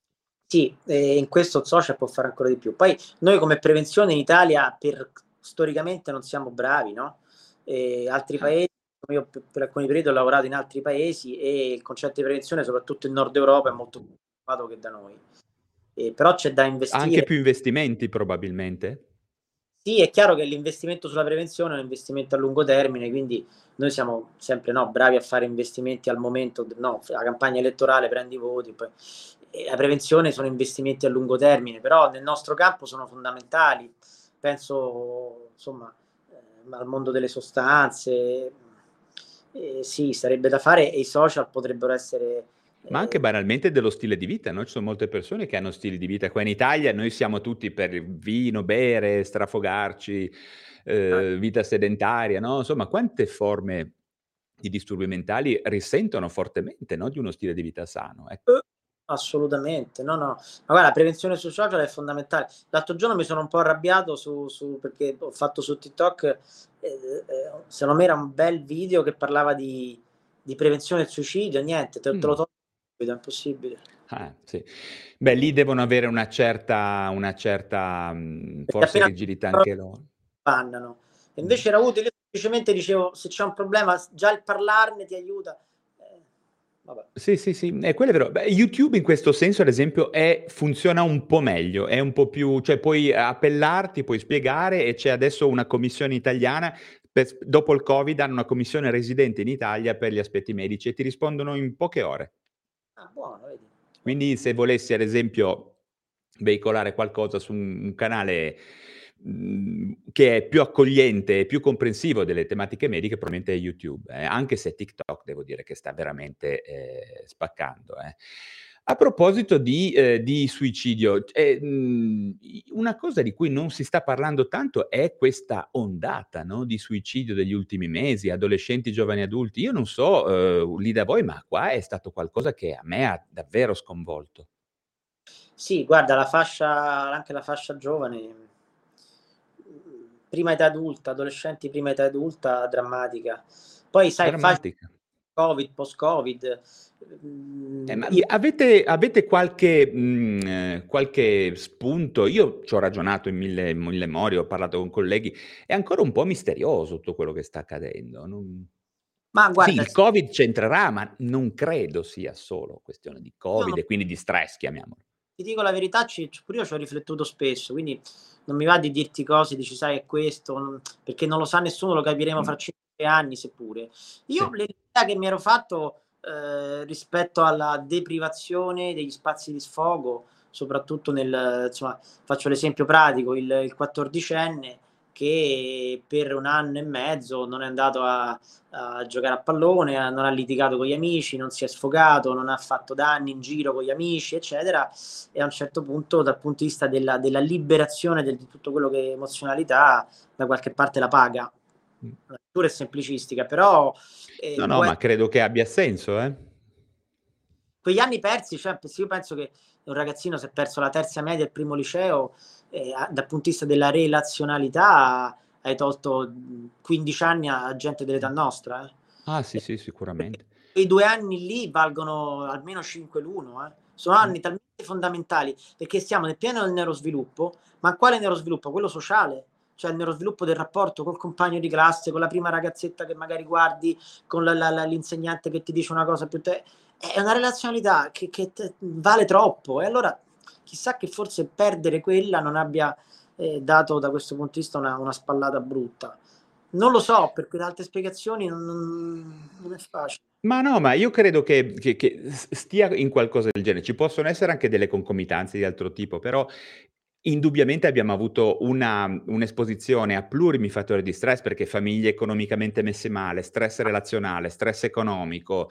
Speaker 3: Sì, eh, in questo il social può fare ancora di più. Poi noi come prevenzione in Italia per, storicamente non siamo bravi, no? Eh, altri paesi, io per, per alcuni periodi ho lavorato in altri paesi e il concetto di prevenzione, soprattutto in Nord Europa, è molto più sviluppato che da noi. Eh, però c'è da investire.
Speaker 2: Anche più investimenti probabilmente?
Speaker 3: Sì, è chiaro che l'investimento sulla prevenzione è un investimento a lungo termine, quindi noi siamo sempre no, bravi a fare investimenti al momento, no, la campagna elettorale prendi i voti, poi e la prevenzione sono investimenti a lungo termine, però nel nostro campo sono fondamentali, penso insomma eh, al mondo delle sostanze, eh, sì, sarebbe da fare e i social potrebbero essere...
Speaker 2: Ma anche banalmente dello stile di vita, no? Ci sono molte persone che hanno stili di vita. Qua in Italia noi siamo tutti per il vino, bere, strafogarci, eh, vita sedentaria, no? Insomma, quante forme di disturbi mentali risentono fortemente, no? Di uno stile di vita sano. Ecco.
Speaker 3: Assolutamente, no, no. Ma guarda, la prevenzione sui social è fondamentale. L'altro giorno mi sono un po' arrabbiato su, su perché ho fatto su TikTok, eh, eh, secondo me era un bel video che parlava di, di prevenzione del suicidio, niente, te, mm. te lo tolgo, è impossibile.
Speaker 2: Ah, sì. Beh, lì devono avere una certa, una certa mh, forse rigidità anche loro.
Speaker 3: Bannano. Invece mm. era utile, io semplicemente dicevo, se c'è un problema, già il parlarne ti aiuta. vabbè.
Speaker 2: Sì, sì, sì, eh, quello è vero. Beh, YouTube in questo senso, ad esempio, è, funziona un po' meglio, è un po' più, cioè puoi appellarti, puoi spiegare e c'è adesso una commissione italiana, per- dopo il Covid hanno una commissione residente in Italia per gli aspetti medici e ti rispondono in poche ore.
Speaker 3: Ah, buono, vedi.
Speaker 2: Quindi se volessi, ad esempio, veicolare qualcosa su un, un canale mh, che è più accogliente e più comprensivo delle tematiche mediche, probabilmente è YouTube, eh, anche se TikTok devo dire che sta veramente eh, spaccando. Eh. A proposito di, eh, di suicidio, eh, mh, una cosa di cui non si sta parlando tanto è questa ondata, no, di suicidio degli ultimi mesi, adolescenti, giovani adulti. Io non so eh, lì da voi, ma qua è stato qualcosa che a me ha davvero sconvolto.
Speaker 3: Sì, guarda, la fascia, anche la fascia giovane, prima età adulta, adolescenti prima età adulta, drammatica. Poi sai, fascia
Speaker 2: Drammatica.
Speaker 3: Covid, post-Covid, mm,
Speaker 2: Eh, ma
Speaker 3: io-
Speaker 2: avete, avete qualche, mh, eh, qualche spunto? Io ci ho ragionato in mille, in mille modi, ho parlato con colleghi, è ancora un po' misterioso tutto quello che sta accadendo. Non-
Speaker 3: ma
Speaker 2: Sì,
Speaker 3: guarda,
Speaker 2: il Covid c'entrerà, ma non credo sia solo questione di
Speaker 3: io non
Speaker 2: Covid e quindi di stress, chiamiamolo.
Speaker 3: ti dico la verità, ci ci pure io ci ho riflettuto spesso, quindi non mi va di dirti cose, dici: "Sai, è questo", non perché non lo sa nessuno, lo capiremo
Speaker 2: Mm,
Speaker 3: fra cinque anni seppure. Io
Speaker 2: sì.
Speaker 3: l'idea che mi ero fatto, ehm, rispetto alla deprivazione degli spazi di sfogo, soprattutto nel insomma, faccio l'esempio pratico, il il quattordicenne che per un anno e mezzo non è andato a a giocare a pallone, a non ha litigato con gli amici, non si è sfogato, non ha fatto danni in giro con gli amici, eccetera, e a un certo punto, dal punto di vista della, della liberazione del, di tutto quello che è emozionalità, da qualche parte la paga.
Speaker 2: Mm.
Speaker 3: La lettura è semplicistica, però
Speaker 2: No,
Speaker 3: eh,
Speaker 2: no,
Speaker 3: può
Speaker 2: ma credo che abbia senso, eh.
Speaker 3: quegli anni persi, cioè, se io penso che un ragazzino si è perso la terza media e il primo liceo, eh, a- dal punto di vista della relazionalità, hai tolto mh, quindici anni a, a gente dell'età nostra. Eh.
Speaker 2: Ah, sì,
Speaker 3: Eh,
Speaker 2: sì,
Speaker 3: perché
Speaker 2: sicuramente.
Speaker 3: quei due anni lì valgono almeno cinque l'uno. Eh. Sono
Speaker 2: Mm.
Speaker 3: anni talmente fondamentali perché stiamo nel pieno del neurosviluppo, ma quale neurosviluppo? Quello sociale. Cioè il neurosviluppo del rapporto col compagno di classe, con la prima ragazzetta che magari guardi, con la, la, la, l'insegnante che ti dice una cosa più te- è una relazionalità che, che te- vale troppo e allora chissà che forse perdere quella non abbia eh, dato da questo punto di vista una, una spallata brutta. Non lo so, perché da altre spiegazioni non, non- non è facile.
Speaker 2: Ma no, ma io credo che, che- che s- stia in qualcosa del genere. Ci possono essere anche delle concomitanze di altro tipo, però indubbiamente abbiamo avuto una, un'esposizione a plurimi fattori di stress perché famiglie economicamente messe male, stress relazionale, stress economico,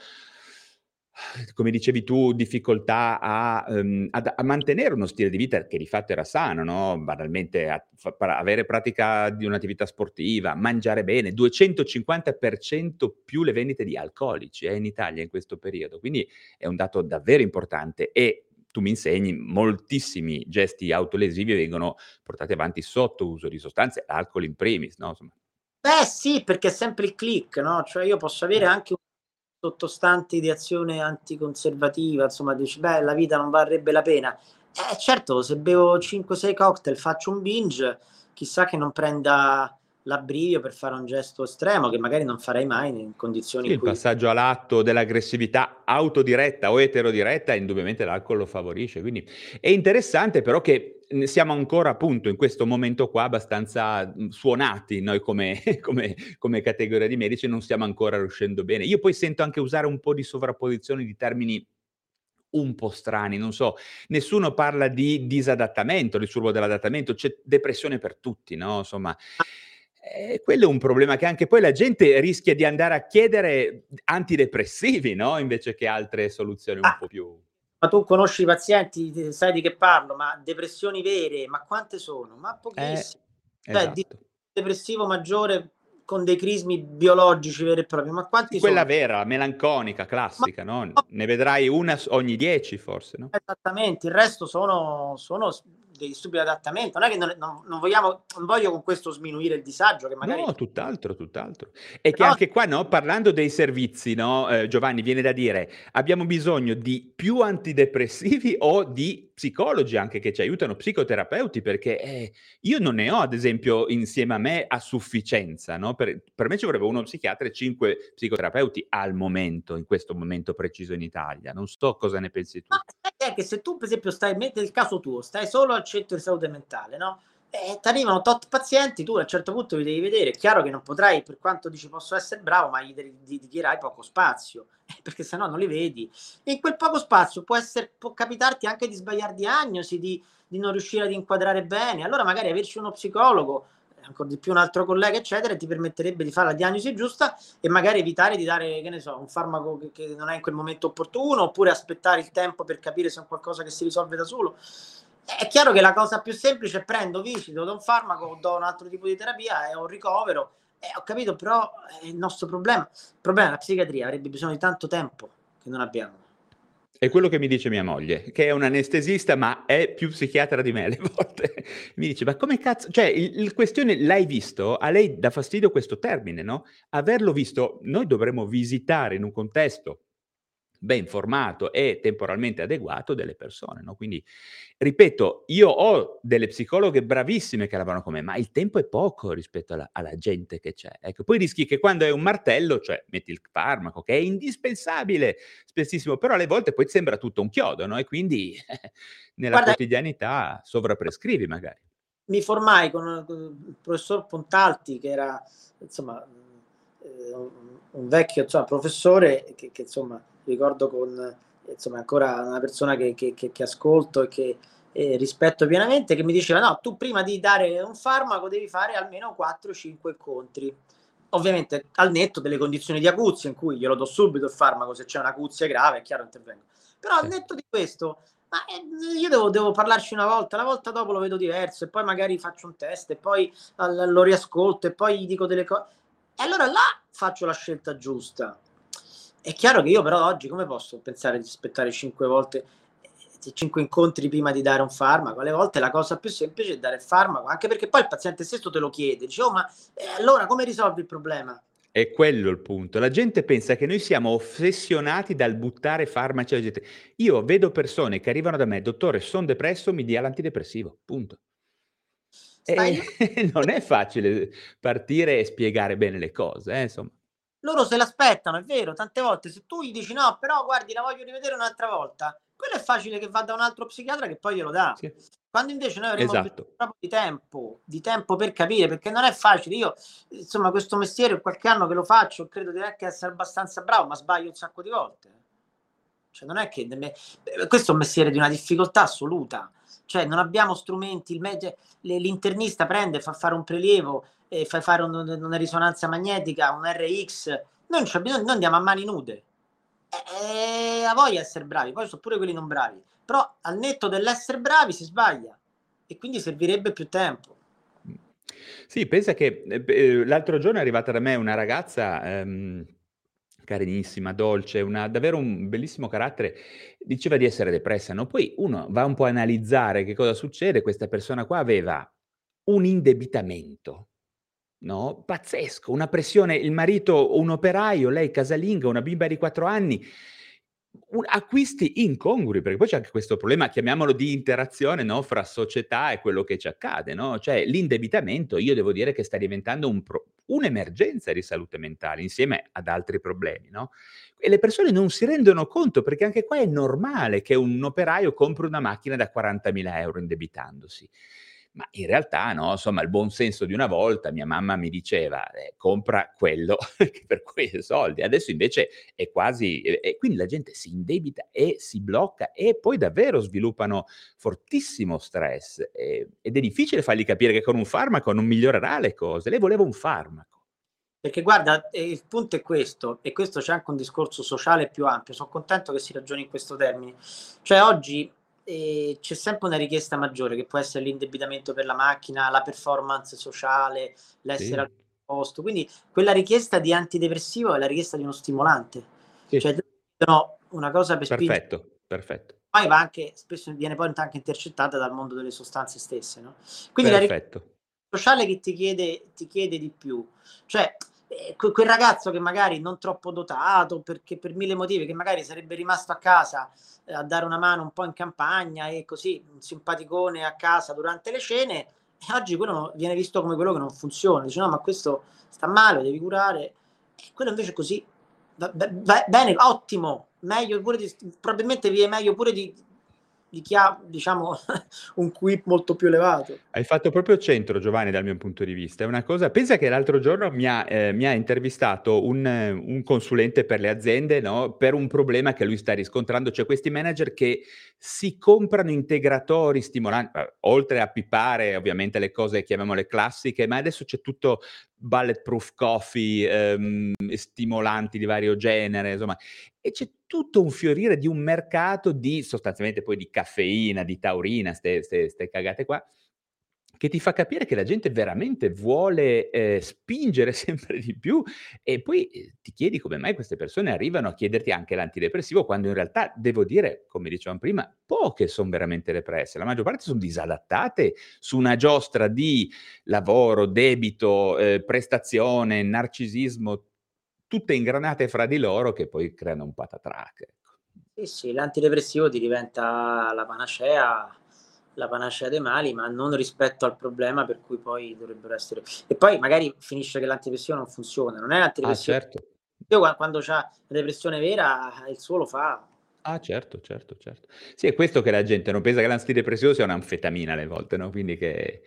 Speaker 2: come dicevi tu, difficoltà a, ehm, ad- a mantenere uno stile di vita che di fatto era sano, no? Banalmente a- fa- pra- avere pratica di un'attività sportiva, mangiare bene, duecentocinquanta per cento più le vendite di alcolici eh, in Italia in questo periodo, quindi è un dato davvero importante e tu mi insegni, moltissimi gesti autolesivi vengono portati avanti sotto uso di sostanze, alcol in primis, no? Insomma,
Speaker 3: Beh sì, perché è sempre il click, no? Cioè io posso avere
Speaker 2: eh.
Speaker 3: anche un sottostante di azione anticonservativa, insomma, dici, beh, la vita non varrebbe la pena. Eh certo, se bevo cinque sei cocktail, faccio un binge, chissà che non prenda l'abbrivio per fare un gesto estremo, che magari non farei mai in condizioni
Speaker 2: Sì,
Speaker 3: in
Speaker 2: il
Speaker 3: cui...
Speaker 2: passaggio all'atto dell'aggressività autodiretta o eterodiretta, indubbiamente l'alcol lo favorisce. Quindi è interessante però che mh, siamo ancora appunto in questo momento qua abbastanza mh, suonati noi come, come, come categoria di medici, non stiamo ancora riuscendo bene. Io poi sento anche usare un po' di sovrapposizione di termini un po' strani, non so, nessuno parla di disadattamento, disturbo dell'adattamento, c'è depressione per tutti, no, insomma. Ehm, quello è un problema che anche poi la gente rischia di andare a chiedere antidepressivi, no, invece che altre soluzioni un
Speaker 3: Ah,
Speaker 2: po' più
Speaker 3: ma tu conosci i pazienti, te- sai di che parlo, ma depressioni vere, ma quante sono? Ma
Speaker 2: eh,
Speaker 3: pochissime. Cioè, di
Speaker 2: esatto.
Speaker 3: depressivo maggiore con dei crismi biologici veri e propri, ma
Speaker 2: Sì,
Speaker 3: quanti
Speaker 2: quella
Speaker 3: sono?
Speaker 2: vera, melanconica,
Speaker 3: Ma
Speaker 2: classica, no,
Speaker 3: no,
Speaker 2: ne vedrai una s ogni dieci forse, no?
Speaker 3: esattamente, il resto sono, sono dei disturbi di adattamento. Non è che non, non, non vogliamo, non voglio con questo sminuire il disagio che magari...
Speaker 2: No, tutt'altro, tutt'altro. E che
Speaker 3: Però-
Speaker 2: anche qua, no, parlando dei servizi, no, eh, Giovanni, viene da dire, abbiamo bisogno di più antidepressivi o di psicologi anche che ci aiutano, psicoterapeuti, perché eh, io non ne ho, ad esempio, insieme a me a sufficienza, no? Per, per me ci vorrebbe uno psichiatra e cinque psicoterapeuti al momento, in questo momento preciso in Italia. Non so cosa ne pensi tu.
Speaker 3: Ma è che se tu, per esempio, stai, metti il caso tuo, stai solo al centro di salute mentale, no? E ti arrivano tot pazienti, tu a un certo punto li devi vedere. È chiaro che non potrai, per quanto dici posso essere bravo, ma gli dedicherai poco spazio, perché sennò non li vedi. E in quel poco spazio può, essere, può capitarti anche di sbagliare diagnosi, di, di non riuscire ad inquadrare bene. Allora magari averci uno psicologo, ancora di più un altro collega, eccetera, ti permetterebbe di fare la diagnosi giusta e magari evitare di dare, che ne so, un farmaco che, che non è in quel momento opportuno, oppure aspettare il tempo per capire se è qualcosa che si risolve da solo. È chiaro che la cosa più semplice è prendo visito, do un farmaco, do un altro tipo di terapia e ho un ricovero. Eh, ho capito, però è il nostro problema. Il problema è la psichiatria, avrebbe bisogno di tanto tempo che non abbiamo.
Speaker 2: È quello che mi dice mia moglie, che è un anestesista, ma è più psichiatra di me alle volte. Mi dice, ma come cazzo... Cioè, il, il questione, l'hai visto? A lei dà fastidio questo termine, no? Averlo visto, noi dovremmo visitare in un contesto ben formato e temporalmente adeguato delle persone, no? Quindi, ripeto, io ho delle psicologhe bravissime che lavorano con me, ma il tempo è poco rispetto alla, alla gente che c'è. Ecco, poi rischi che quando è un martello, cioè metti il farmaco, che è indispensabile, spessissimo, però alle volte poi sembra tutto un chiodo, no? E quindi eh, nella
Speaker 3: Guarda,
Speaker 2: quotidianità sovraprescrivi magari.
Speaker 3: Mi formai con, con il professor Pontalti, che era insomma eh, un, un vecchio insomma, professore che, che insomma ricordo con insomma ancora una persona che, che, che, che ascolto e che eh, rispetto pienamente, che mi diceva no, tu prima di dare un farmaco devi fare almeno quattro cinque incontri, ovviamente al netto delle condizioni di acuzia, in cui glielo do subito il farmaco, se c'è un'acuzia grave è chiaro intervengo, però al netto di questo ma eh, io devo, devo parlarci una volta, la volta dopo lo vedo diverso e poi magari faccio un test e poi all, lo riascolto e poi gli dico delle cose e allora là faccio la scelta giusta. È chiaro che io però oggi come posso pensare di aspettare cinque volte, cinque incontri prima di dare un farmaco? Alle volte la cosa più semplice è dare il farmaco, anche perché poi il paziente stesso te lo chiede, dice oh ma eh, allora come risolvi il problema?
Speaker 2: È quello il punto. La gente pensa che noi siamo ossessionati dal buttare farmaci alla gente. Io vedo persone che arrivano da me, dottore, sono depresso, mi dia l'antidepressivo, punto. E non è facile partire e spiegare bene le cose, eh, insomma.
Speaker 3: Loro se l'aspettano, è vero, tante volte se tu gli dici no, però guardi, la voglio rivedere un'altra volta, quello è facile che vada un altro psichiatra che poi glielo dà. Sì. Quando invece noi avremo
Speaker 2: esatto.
Speaker 3: bisogno proprio di tempo, di tempo per capire, perché non è facile. Io, insomma, questo mestiere qualche anno che lo faccio, credo di essere abbastanza bravo, ma sbaglio un sacco di volte. Cioè non è che questo è un mestiere di una difficoltà assoluta. Cioè non abbiamo strumenti, il med- l'internista prende, fa fare un prelievo, eh, fa fare un, una risonanza magnetica, un R X, noi non c'è bisogno, noi andiamo a mani nude. E, e a voglia essere bravi, poi sono pure quelli non bravi, però al netto dell'essere bravi si sbaglia e quindi servirebbe più tempo.
Speaker 2: Sì, pensa che eh, l'altro giorno è arrivata da me una ragazza ehm, carinissima, dolce, una, davvero un bellissimo carattere, diceva di essere depressa, no? Poi uno va un po' a analizzare che cosa succede, questa persona qua aveva un indebitamento, no? Pazzesco, una pressione, il marito un operaio, lei casalinga, una bimba di quattro anni, un, acquisti incongrui, perché poi c'è anche questo problema, chiamiamolo di interazione, no? Fra società e quello che ci accade, no? Cioè l'indebitamento, io devo dire che sta diventando un pro, un'emergenza di salute mentale, insieme ad altri problemi, no? E le persone non si rendono conto, perché anche qua è normale che un operaio compri una macchina da quarantamila euro indebitandosi. Ma in realtà, no, insomma, il buon senso di una volta, mia mamma mi diceva, eh, compra quello per quei soldi. Adesso invece è quasi... E eh, quindi la gente si indebita e si blocca e poi davvero sviluppano fortissimo stress. Eh, ed è difficile fargli capire che con un farmaco non migliorerà le cose. Lei voleva un farmaco.
Speaker 3: Perché guarda, eh, il punto è questo, e questo c'è anche un discorso sociale più ampio. Sono contento che si ragioni in questo termine. Cioè oggi... E c'è sempre una richiesta maggiore che può essere l'indebitamento per la macchina, la performance sociale, l'essere sì. al posto. Quindi quella richiesta di antidepressivo è la richiesta di uno stimolante. Sì. Cioè no, una cosa per
Speaker 2: perfetto, spingere. Perfetto.
Speaker 3: poi va anche, spesso viene poi anche intercettata dal mondo delle sostanze stesse, no? Quindi la
Speaker 2: Perfetto.
Speaker 3: sociale che ti chiede, ti chiede di più, cioè eh, que- quel ragazzo che magari non troppo dotato, perché per mille motivi, che magari sarebbe rimasto a casa eh, a dare una mano un po' in campagna e così, un simpaticone a casa durante le cene, e oggi quello non- viene visto come quello che non funziona, dice no, ma questo sta male, lo devi curare, e quello invece è così, va- va- va- bene, ottimo, meglio pure di, probabilmente viene meglio pure di, di chi ha, diciamo, un Q I molto più elevato.
Speaker 2: Hai fatto proprio centro, Giovanni, dal mio punto di vista. È una cosa, pensa che l'altro giorno mi ha, eh, mi ha intervistato un, eh, un consulente per le aziende, no? Per un problema che lui sta riscontrando, cioè questi manager che si comprano integratori stimolanti, eh, oltre a pipare ovviamente le cose, chiamiamole classiche, ma adesso c'è tutto bulletproof coffee, ehm, stimolanti di vario genere, insomma, e c'è tutto un fiorire di un mercato di sostanzialmente poi di caffeina, di taurina, ste, ste, ste cagate qua, che ti fa capire che la gente veramente vuole eh, spingere sempre di più, e poi eh, ti chiedi come mai queste persone arrivano a chiederti anche l'antidepressivo, quando in realtà, devo dire, come dicevamo prima, poche sono veramente depresse, la maggior parte sono disadattate su una giostra di lavoro, debito, eh, prestazione, narcisismo, tutte ingranate fra di loro, che poi creano un patatrac. Ecco.
Speaker 3: Sì, sì, l'antidepressivo ti diventa la panacea, la panacea dei mali, ma non rispetto al problema per cui poi dovrebbero essere. E poi magari finisce che l'antidepressivo non funziona, non è
Speaker 2: Ah,
Speaker 3: l'antidepressivo.
Speaker 2: certo.
Speaker 3: Io qua- quando c'ha la depressione vera, il suo lo fa.
Speaker 2: Ah, certo, certo, certo. Sì, è questo che la gente non pensa, che l'antidepressivo sia un'anfetamina alle volte, no? Quindi che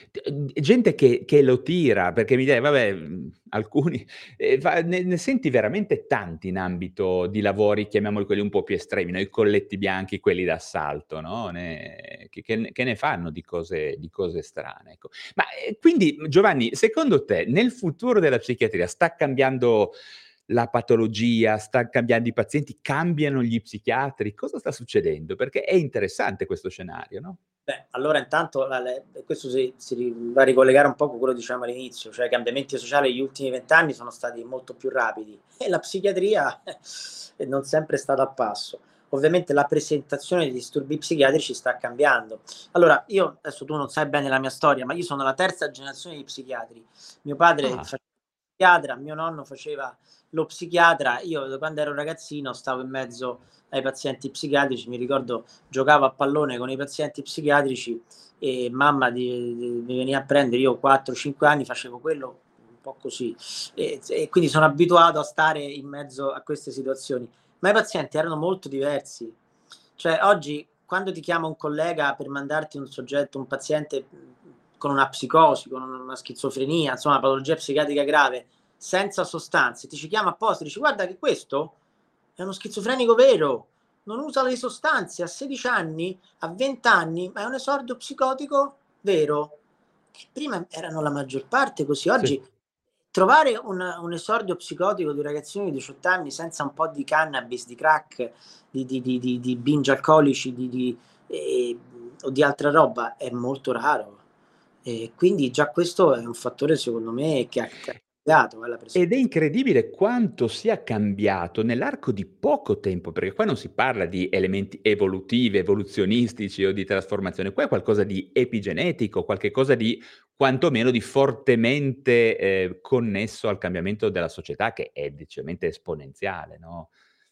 Speaker 2: t- gente che, che lo tira, perché mi dai, vabbè, mh, alcuni, eh, fa- ne, ne senti veramente tanti in ambito di lavori, chiamiamoli quelli un po' più estremi, no? I colletti bianchi, quelli d'assalto, no? Ne- che, che ne che ne fanno di cose, di cose strane, ecco. Ma eh, quindi, Giovanni, secondo te, nel futuro della psichiatria sta cambiando la patologia, sta cambiando i pazienti, cambiano gli psichiatri? Cosa sta succedendo? Perché è interessante questo scenario, no?
Speaker 3: Beh, allora intanto la- le- questo si, si ri- va a ricollegare un po' con quello che dicevamo all'inizio, cioè i cambiamenti sociali negli ultimi vent'anni sono stati molto più rapidi e la psichiatria eh, non sempre è stata a passo. Ovviamente la presentazione dei disturbi psichiatrici sta cambiando. Allora, io adesso tu non sai bene la mia storia, ma io sono la terza generazione di psichiatri. Mio padre
Speaker 2: Ah,
Speaker 3: faceva lo psichiatra, mio nonno faceva lo psichiatra, io da quando ero ragazzino stavo in mezzo ai pazienti psichiatrici, mi ricordo giocavo a pallone con i pazienti psichiatrici e mamma di, di, mi veniva a prendere, io quattro cinque anni facevo quello un po' così e, e quindi sono abituato a stare in mezzo a queste situazioni, ma i pazienti erano molto diversi, cioè oggi quando ti chiama un collega per mandarti un soggetto, un paziente con una psicosi, con una schizofrenia, insomma una patologia psichiatrica grave, senza sostanze, ti ci chiama apposta e dici guarda che questo è uno schizofrenico vero, non usa le sostanze, a sedici anni, a venti anni, ma è un esordio psicotico vero. E prima erano la maggior parte così, oggi
Speaker 2: sì.
Speaker 3: trovare un, un esordio psicotico di un ragazzino di diciotto anni senza un po' di cannabis, di crack, di, di, di, di, di binge alcolici di, di, eh, o di altra roba è molto raro. E quindi già questo è un fattore secondo me che ha cambiato eh, la
Speaker 2: Ed è
Speaker 3: presentazione.
Speaker 2: incredibile quanto sia cambiato nell'arco di poco tempo, perché qua non si parla di elementi evolutivi, evoluzionistici o di trasformazione, qua è qualcosa di epigenetico, qualche cosa di quantomeno di fortemente eh, connesso al cambiamento della società, che è decisamente esponenziale, no?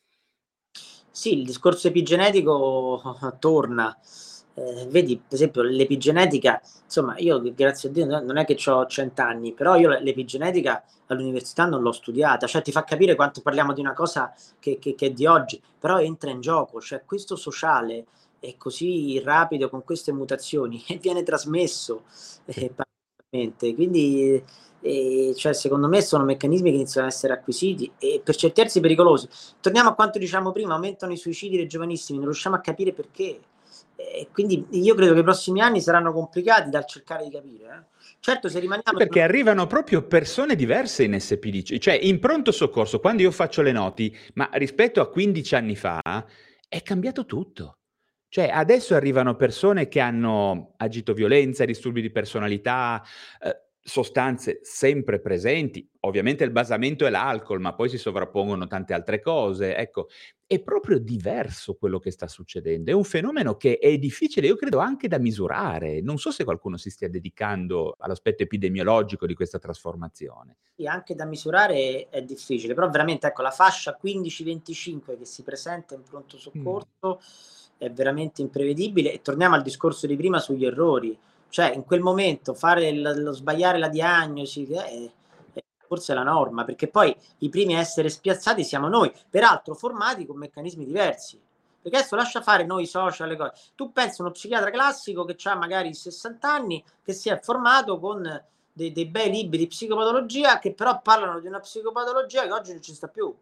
Speaker 3: Sì, il discorso epigenetico torna. Ehm, vedi, per esempio, l'epigenetica, insomma, io grazie a Dio no non è che c'ho cento anni, però io l'epigenetica all'università non l'ho studiata, cioè ti fa capire quanto parliamo di una cosa che che che è di oggi, però entra in gioco, cioè questo sociale è così rapido con queste mutazioni e viene trasmesso,
Speaker 2: Sì.
Speaker 3: eh, paradossalmente. Quindi, ehm, cioè secondo me sono meccanismi che iniziano a essere acquisiti e per certi versi pericolosi. Torniamo a quanto diciamo prima, aumentano i suicidi dei giovanissimi, non riusciamo a capire perché. E quindi io credo che i prossimi anni saranno complicati dal cercare di capire. Eh. Certo, se
Speaker 2: Sì,
Speaker 3: rimaniamo...
Speaker 2: perché arrivano proprio persone diverse in S P D C, cioè in pronto soccorso, quando io faccio le noti, ma rispetto a quindici anni fa, è cambiato tutto. Cioè adesso arrivano persone che hanno agito violenza, disturbi di personalità, eh, sostanze sempre presenti, ovviamente il basamento è l'alcol, ma poi si sovrappongono tante altre cose, ecco. È proprio diverso quello che sta succedendo. È un fenomeno che è difficile, io credo, anche da misurare. Non so se qualcuno si stia dedicando all'aspetto epidemiologico di questa trasformazione.
Speaker 3: Sì, anche da misurare è difficile, però veramente ecco la fascia quindici venticinque che si presenta in pronto
Speaker 2: Mh.
Speaker 3: soccorso è veramente imprevedibile e torniamo al discorso di prima sugli errori. Cioè in quel momento fare il lo sbagliare la diagnosi è è forse la norma, perché poi i primi a essere spiazzati siamo noi, peraltro formati con meccanismi diversi. Perché adesso lascia fare noi social le cose. Tu pensa uno psichiatra classico che c'ha magari sessanta anni, che si è formato con dei, dei bei libri di psicopatologia che però parlano di una psicopatologia che oggi non ci sta più.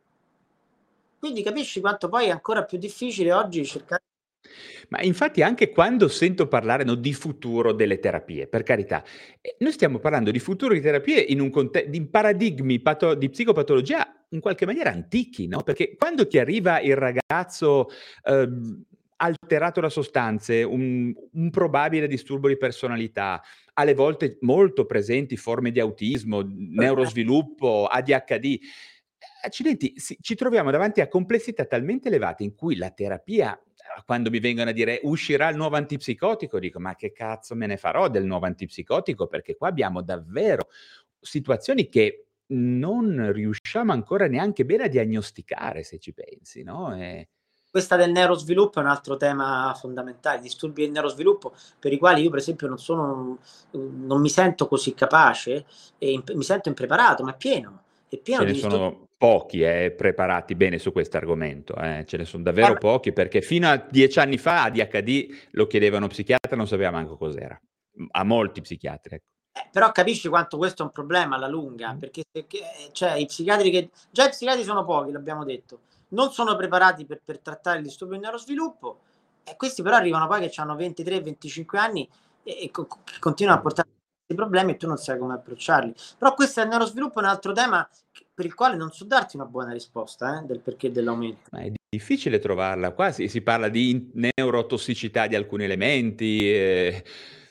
Speaker 3: Quindi capisci quanto poi è ancora più difficile oggi cercare.
Speaker 2: Ma infatti anche quando sento parlare, no, di futuro delle terapie, per carità, eh, noi stiamo parlando di futuro di terapie in un conte di paradigmi pato di psicopatologia in qualche maniera antichi, no, perché quando ti arriva il ragazzo, uhm, alterato da sostanze, un un probabile disturbo di personalità, alle volte molto presenti forme di autismo, neurosviluppo, A D H D, accidenti, si ci troviamo davanti a complessità talmente elevate in cui la terapia, quando mi vengono a dire: "Uscirà il nuovo antipsicotico", dico: "Ma che cazzo me ne farò del nuovo antipsicotico?" Perché qua abbiamo davvero situazioni che non riusciamo ancora neanche bene a diagnosticare, se ci pensi, no, ehm
Speaker 3: Questa del neurosviluppo è un altro tema fondamentale, disturbi del neurosviluppo per i quali io per esempio non sono mhmm, non mi sento così capace e imp mi sento impreparato, ma è pieno, è pieno
Speaker 2: Ce
Speaker 3: di
Speaker 2: ne
Speaker 3: disturbi.
Speaker 2: sono pochi, eh, preparati bene su quest'argomento, eh, ce ne son davvero
Speaker 3: Guarda,
Speaker 2: pochi, perché fino a dieci anni fa A D H D lo chiedeva uno psichiatra, non sapeva manco cos'era. Mhmm, a molti psichiatri, ecco.
Speaker 3: eh, però capisci quanto questo è un problema alla lunga,
Speaker 2: Mh.
Speaker 3: perché perché, ehm, cioè i psichiatri che già i psichiatri sono pochi, l'abbiamo detto, non sono preparati per per trattare il disturbo del neurosviluppo e questi però arrivano poi che c'hanno ventitré, venticinque anni e e co co che continuano a portare questi problemi e tu non sai come approcciarli. Però questo del neurosviluppo è un altro tema che per il quale non so darti una buona risposta, eh, del perché dell'aumento.
Speaker 2: Ma è difficile trovarla. Qua si si parla di in neurotossicità di alcuni elementi, ehm,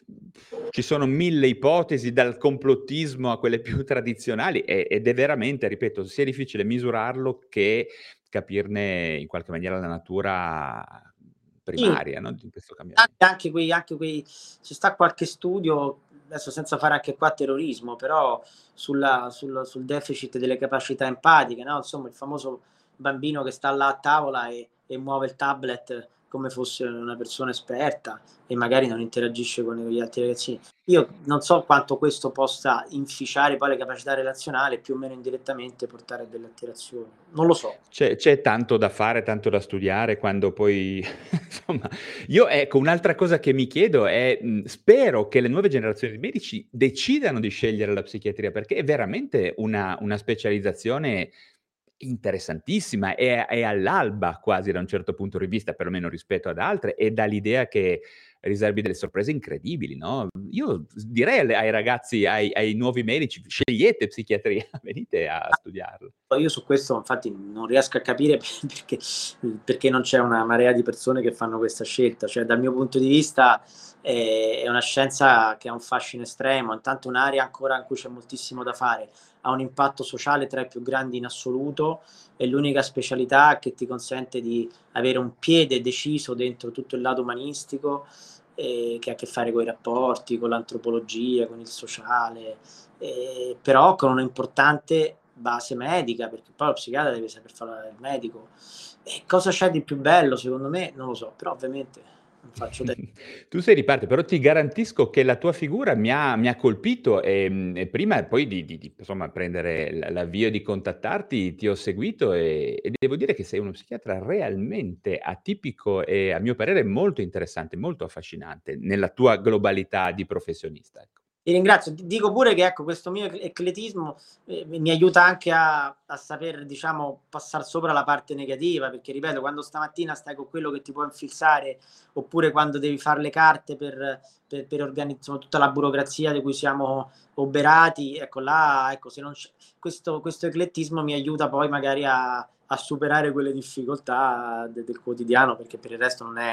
Speaker 2: ci sono mille ipotesi, dal complottismo a quelle più tradizionali, e ed è veramente, ripeto, sia difficile misurarlo che capirne in qualche maniera la natura
Speaker 3: Sì.
Speaker 2: primaria, no, di questo cambiamento.
Speaker 3: Anche anche quei anche quei ci sta qualche studio, adesso senza fare anche qua terrorismo, però sulla sul sul deficit delle capacità empatiche, no, insomma il famoso bambino che sta là a tavola e e muove il tablet come fosse una persona esperta e magari non interagisce con gli altri ragazzini. Io non so quanto questo possa inficiare poi le capacità relazionali, più o meno indirettamente portare a delle alterazioni. Non lo so.
Speaker 2: C'è c'è tanto da fare, tanto da studiare quando poi insomma, io ecco, un'altra cosa che mi chiedo è, mhmm, spero che le nuove generazioni di medici decidano di scegliere la psichiatria, perché è veramente una una specializzazione interessantissima, è è all'alba quasi da un certo punto di vista, perlomeno rispetto ad altre, e dà l'idea che riservi delle sorprese incredibili, no, io s direi alle ai ragazzi, ai ai nuovi medici: "Scegliete psichiatria, venite a studiarla."
Speaker 3: Io su questo infatti non riesco a capire perché perché non c'è una marea di persone che fanno questa scelta. Cioè, dal mio punto di vista, ehm, è una scienza che ha un fascino estremo, intanto un'area ancora in cui c'è moltissimo da fare, ha un impatto sociale tra i più grandi in assoluto, è l'unica specialità che ti consente di avere un piede deciso dentro tutto il lato umanistico, ehm, che ha a che fare coi rapporti, con l'antropologia, con il sociale, ehm, però con un'importante base medica, perché poi lo psichiatra deve saper fare il medico. E cosa c'è di più bello secondo me? Non lo so, però ovviamente non faccio te
Speaker 2: Tu sei di parte, però ti garantisco che la tua figura mi ha mi ha colpito, ehm, e prima poi di di di insomma prendere l l'avvio di contattarti, ti ho seguito, e e devo dire che sei uno psichiatra realmente atipico e, a mio parere, molto interessante, molto affascinante nella tua globalità di professionista, ecco.
Speaker 3: Ti ringrazio. Ti dico pure che ecco, questo mio ec ecletismo, ehm, mi aiuta anche a a saper, diciamo, passar sopra la parte negativa, perché ripeto, quando stamattina stai con quello che ti può infilzare, oppure quando devi far le carte per per per organi insomma tutta la burocrazia di cui siamo oberati, ecco là ecco se non c questo questo eclettismo mi aiuta poi magari a a superare quelle difficoltà de del quotidiano, perché per il resto non è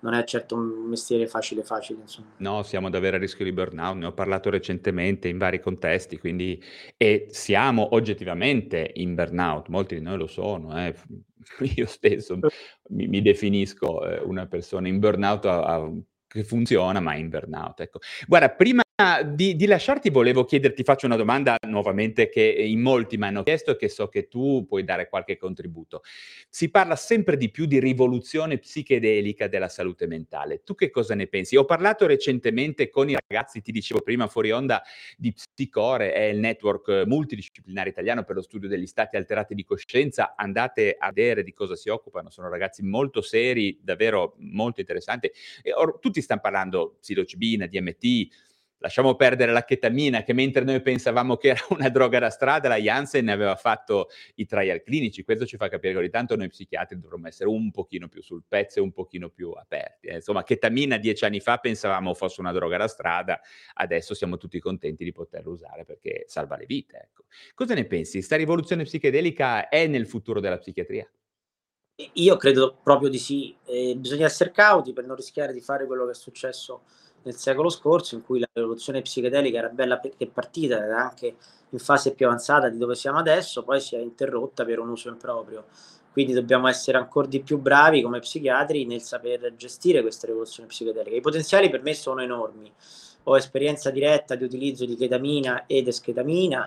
Speaker 3: non è certo un mestiere facile facile, insomma.
Speaker 2: No, siamo davvero a rischio di burnout, ne ho parlato recentemente in vari contesti, quindi e siamo oggettivamente in burnout, molti di noi lo sono, eh. Io stesso mi mi definisco, ehm, una persona in burnout a a che funziona, ma in burnout, ecco. Guarda, prima di di lasciarti volevo chiederti faccio una domanda nuovamente che in molti m'hanno chiesto e che so che tu puoi dare qualche contributo. Si parla sempre di più di rivoluzione psichedelica della salute mentale. Tu che cosa ne pensi? Ho parlato recentemente con i ragazzi, ti dicevo prima fuori onda, di Psicore, è il network multidisciplinare italiano per lo studio degli stati alterati di coscienza. Andate a vedere di cosa si occupano, sono ragazzi molto seri, davvero molto interessanti. E or tutti stan parlando psilocibina, D M T, lasciamo perdere la chetamina, che mentre noi pensavamo che era una droga da strada, la Janssen ne aveva fatto i trial clinici. Questo ci fa capire che ogni tanto noi psichiatri dovremmo essere un pochino più sul pezzo e un pochino più aperti. Eh. Insomma, chetamina dieci anni fa pensavamo fosse una droga da strada, adesso siamo tutti contenti di poterla usare perché salva le vite. Ecco. Cosa ne pensi? Sta rivoluzione psichedelica è nel futuro della psichiatria?
Speaker 3: Io credo proprio di sì. Eh, bisogna essere cauti per non rischiare di fare quello che è successo nel secolo scorso, in cui la rivoluzione psichedelica era bella perché è partita, era anche in fase più avanzata di dove siamo adesso, poi si è interrotta per un uso improprio. Quindi dobbiamo essere ancora di più bravi come psichiatri nel saper gestire questa rivoluzione psichedelica. I potenziali per me sono enormi. Ho esperienza diretta di utilizzo di chetamina ed esketamina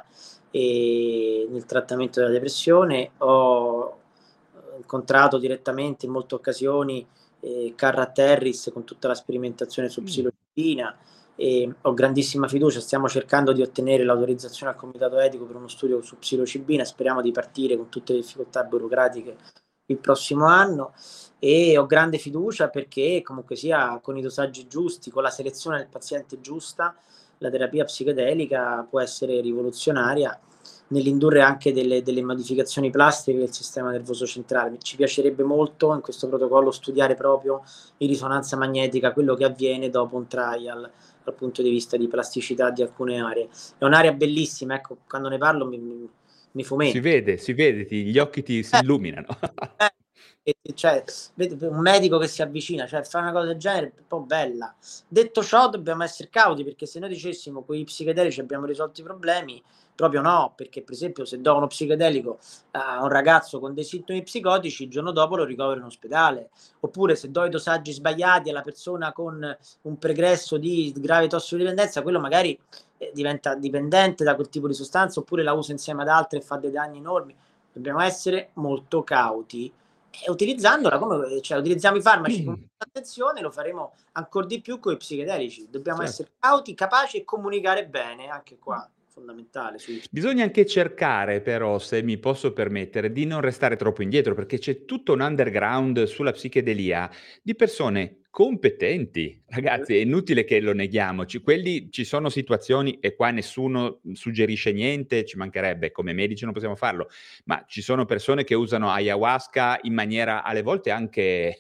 Speaker 3: e nel trattamento della depressione. Ho incontrato direttamente in molte occasioni eh, Carrat Harris con tutta la sperimentazione su psilocibina e ho grandissima fiducia, stiamo cercando di ottenere l'autorizzazione al comitato etico per uno studio su psilocibina, speriamo di partire con tutte le difficoltà burocratiche il prossimo anno e ho grande fiducia perché comunque sia con i dosaggi giusti, con la selezione del paziente giusta, la terapia psichedelica può essere rivoluzionaria nell'indurre anche delle, delle modificazioni plastiche del sistema nervoso centrale. Ci piacerebbe molto in questo protocollo studiare proprio in risonanza magnetica quello che avviene dopo un trial dal punto di vista di plasticità di alcune aree. È un'area bellissima, ecco, quando ne parlo mi, mi, mi fomento.
Speaker 2: Si vede, si vede, ti, gli occhi ti si
Speaker 3: Eh,
Speaker 2: illuminano.
Speaker 3: eh, e- cioè, vedi, un medico che si avvicina, cioè fare una cosa del genere è un po' bella. Detto ciò, dobbiamo essere cauti perché se noi dicessimo con i psichedelici abbiamo risolto i problemi, proprio no, perché per esempio se do uno psichedelico a un ragazzo con dei sintomi psicotici, il giorno dopo lo ricovero in ospedale, oppure se do i dosaggi sbagliati alla persona con un pregresso di grave tossicodipendenza, quello magari eh, diventa dipendente da quel tipo di sostanza, oppure la usa insieme ad altre e fa dei danni enormi. Dobbiamo essere molto cauti e utilizzandola come, cioè utilizziamo i farmaci con attenzione, lo faremo ancora di più con i psichedelici. Dobbiamo
Speaker 2: Certo.
Speaker 3: essere cauti, capaci e comunicare bene, anche qua fondamentale. Sui...
Speaker 2: Bisogna anche cercare però, se mi posso permettere, di non restare troppo indietro, perché c'è tutto un underground sulla psichedelia di persone competenti. Ragazzi, è inutile che lo neghiamo. Ci, quelli, ci sono situazioni, e qua nessuno suggerisce niente, ci mancherebbe, come medici non possiamo farlo, ma ci sono persone che usano ayahuasca in maniera alle volte anche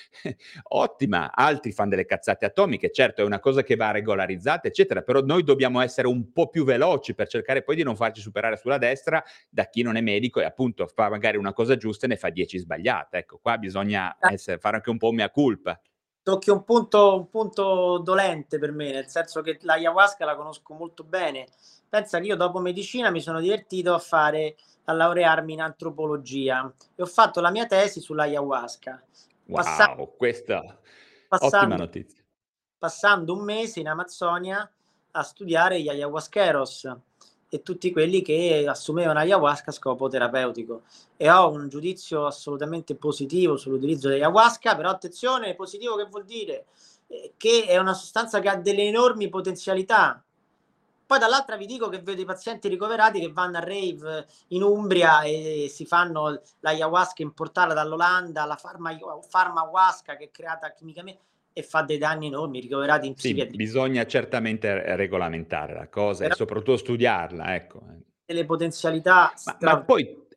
Speaker 2: ottima, altri fanno delle cazzate atomiche, certo è una cosa che va regolarizzata, eccetera, però noi dobbiamo essere un po' più veloci per cercare poi di non farci superare sulla destra da chi non è medico e appunto fa magari una cosa giusta e ne fa dieci sbagliate. Ecco, qua bisogna essere, fare anche un po' mea culpa.
Speaker 3: Tocchi un punto, un punto dolente per me, nel senso che l'ayahuasca la conosco molto bene. Pensa che io dopo medicina mi sono divertito a fare, a laurearmi in antropologia e ho fatto la mia tesi sull'ayahuasca.
Speaker 2: Wow,
Speaker 3: Passando,
Speaker 2: questa
Speaker 3: passando,
Speaker 2: ottima notizia.
Speaker 3: Passando un mese in Amazzonia a studiare gli ayahuasqueros e tutti quelli che assumevano ayahuasca a scopo terapeutico e ho un giudizio assolutamente positivo sull'utilizzo dell'ayahuasca, però attenzione, positivo che vuol dire? Eh, che è una sostanza che ha delle enormi potenzialità. Poi dall'altra vi dico che vedo i pazienti ricoverati che vanno a rave in Umbria e si fanno l'ayahuasca importata dall'Olanda, la farmahuasca che è creata chimicamente e fa dei danni enormi, ricoverati in psichiatria.
Speaker 2: Sì, bisogna certamente regolamentare la cosa però, e soprattutto studiarla, ecco.
Speaker 3: Delle potenzialità
Speaker 2: ma, ma poi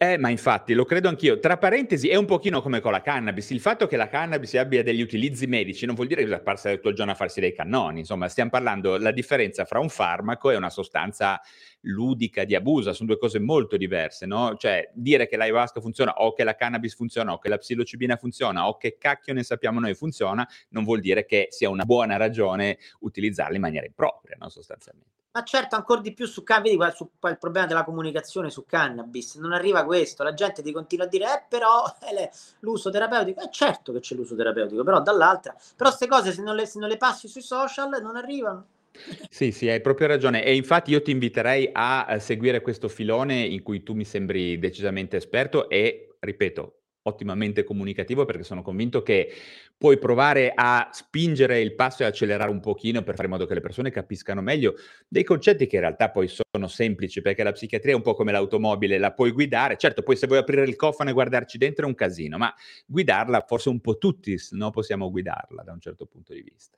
Speaker 2: Eh, ma infatti, lo credo anch'io. Tra parentesi, è un pochino come con la cannabis. Il fatto che la cannabis abbia degli utilizzi medici non vuol dire che bisogna passare tutto il giorno a farsi dei cannoni. Insomma, stiamo parlando la differenza fra un farmaco e una sostanza ludica di abuso. Sono due cose molto diverse, no? Cioè, dire che l'ayahuasca funziona o che la cannabis funziona o che la psilocibina funziona o che cacchio ne sappiamo noi funziona, non vuol dire che sia una buona ragione utilizzarla in maniera impropria, no? Sostanzialmente.
Speaker 3: Ma certo, ancora di più su cannabis, vedi su, il problema della comunicazione su cannabis, non arriva questo, la gente ti continua a dire, eh però eh, l'uso terapeutico, eh certo che c'è l'uso terapeutico, però dall'altra, però queste cose se non, le, se non le passi sui social non arrivano.
Speaker 2: Sì, sì, hai proprio ragione e infatti io ti inviterei a, a seguire questo filone in cui tu mi sembri decisamente esperto e, ripeto, ottimamente comunicativo perché sono convinto che puoi provare a spingere il passo e accelerare un pochino per fare in modo che le persone capiscano meglio dei concetti che in realtà poi sono semplici, perché la psichiatria è un po' come l'automobile, la puoi guidare, certo poi se vuoi aprire il cofano e guardarci dentro è un casino, ma guidarla forse un po' tutti, no? Possiamo guidarla da un certo punto di vista.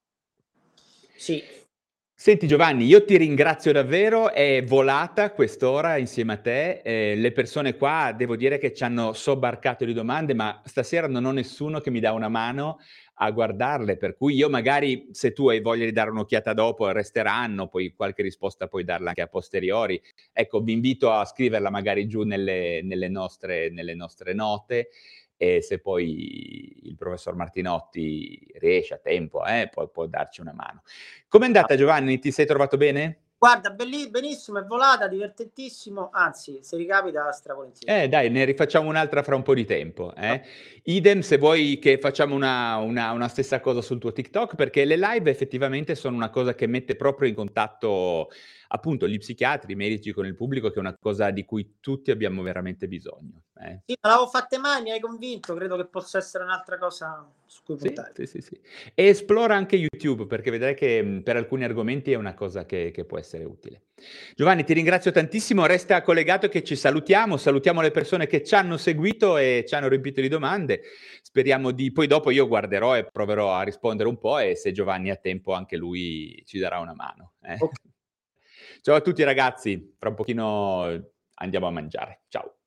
Speaker 3: Sì.
Speaker 2: Senti Giovanni, io ti ringrazio davvero, è volata quest'ora insieme a te, eh, le persone qua devo dire che ci hanno sobbarcato di domande, ma stasera non ho nessuno che mi dà una mano a guardarle, per cui io magari se tu hai voglia di dare un'occhiata dopo resteranno, poi qualche risposta puoi darla anche a posteriori, ecco vi invito a scriverla magari giù nelle, nelle, nostre, nelle nostre note. E se poi il professor Martinotti riesce a tempo, eh, può, può darci una mano. Com'è andata Giovanni? Ti sei trovato bene?
Speaker 3: Guarda, belli, benissimo, è volata, divertentissimo, anzi, se ricapita stravolentieri.
Speaker 2: Eh dai, ne rifacciamo un'altra fra un po' di tempo. Eh? Idem se vuoi che facciamo una, una, una stessa cosa sul tuo TikTok, perché le live effettivamente sono una cosa che mette proprio in contatto appunto gli psichiatri, i medici con il pubblico, che è una cosa di cui tutti abbiamo veramente bisogno. Eh?
Speaker 3: Sì, non l'avevo fatte mai, mi hai convinto, credo che possa essere un'altra cosa su cui puntare.
Speaker 2: Sì, sì, sì, sì. E esplora anche YouTube, perché vedrai che mh, per alcuni argomenti è una cosa che, che può essere utile. Giovanni, ti ringrazio tantissimo, resta collegato che ci salutiamo, salutiamo le persone che ci hanno seguito e ci hanno riempito di domande, speriamo di... Poi dopo io guarderò e proverò a rispondere un po' e se Giovanni ha tempo anche lui ci darà una mano. Eh?
Speaker 3: Okay.
Speaker 2: Ciao a tutti ragazzi, fra un pochino andiamo a mangiare, ciao.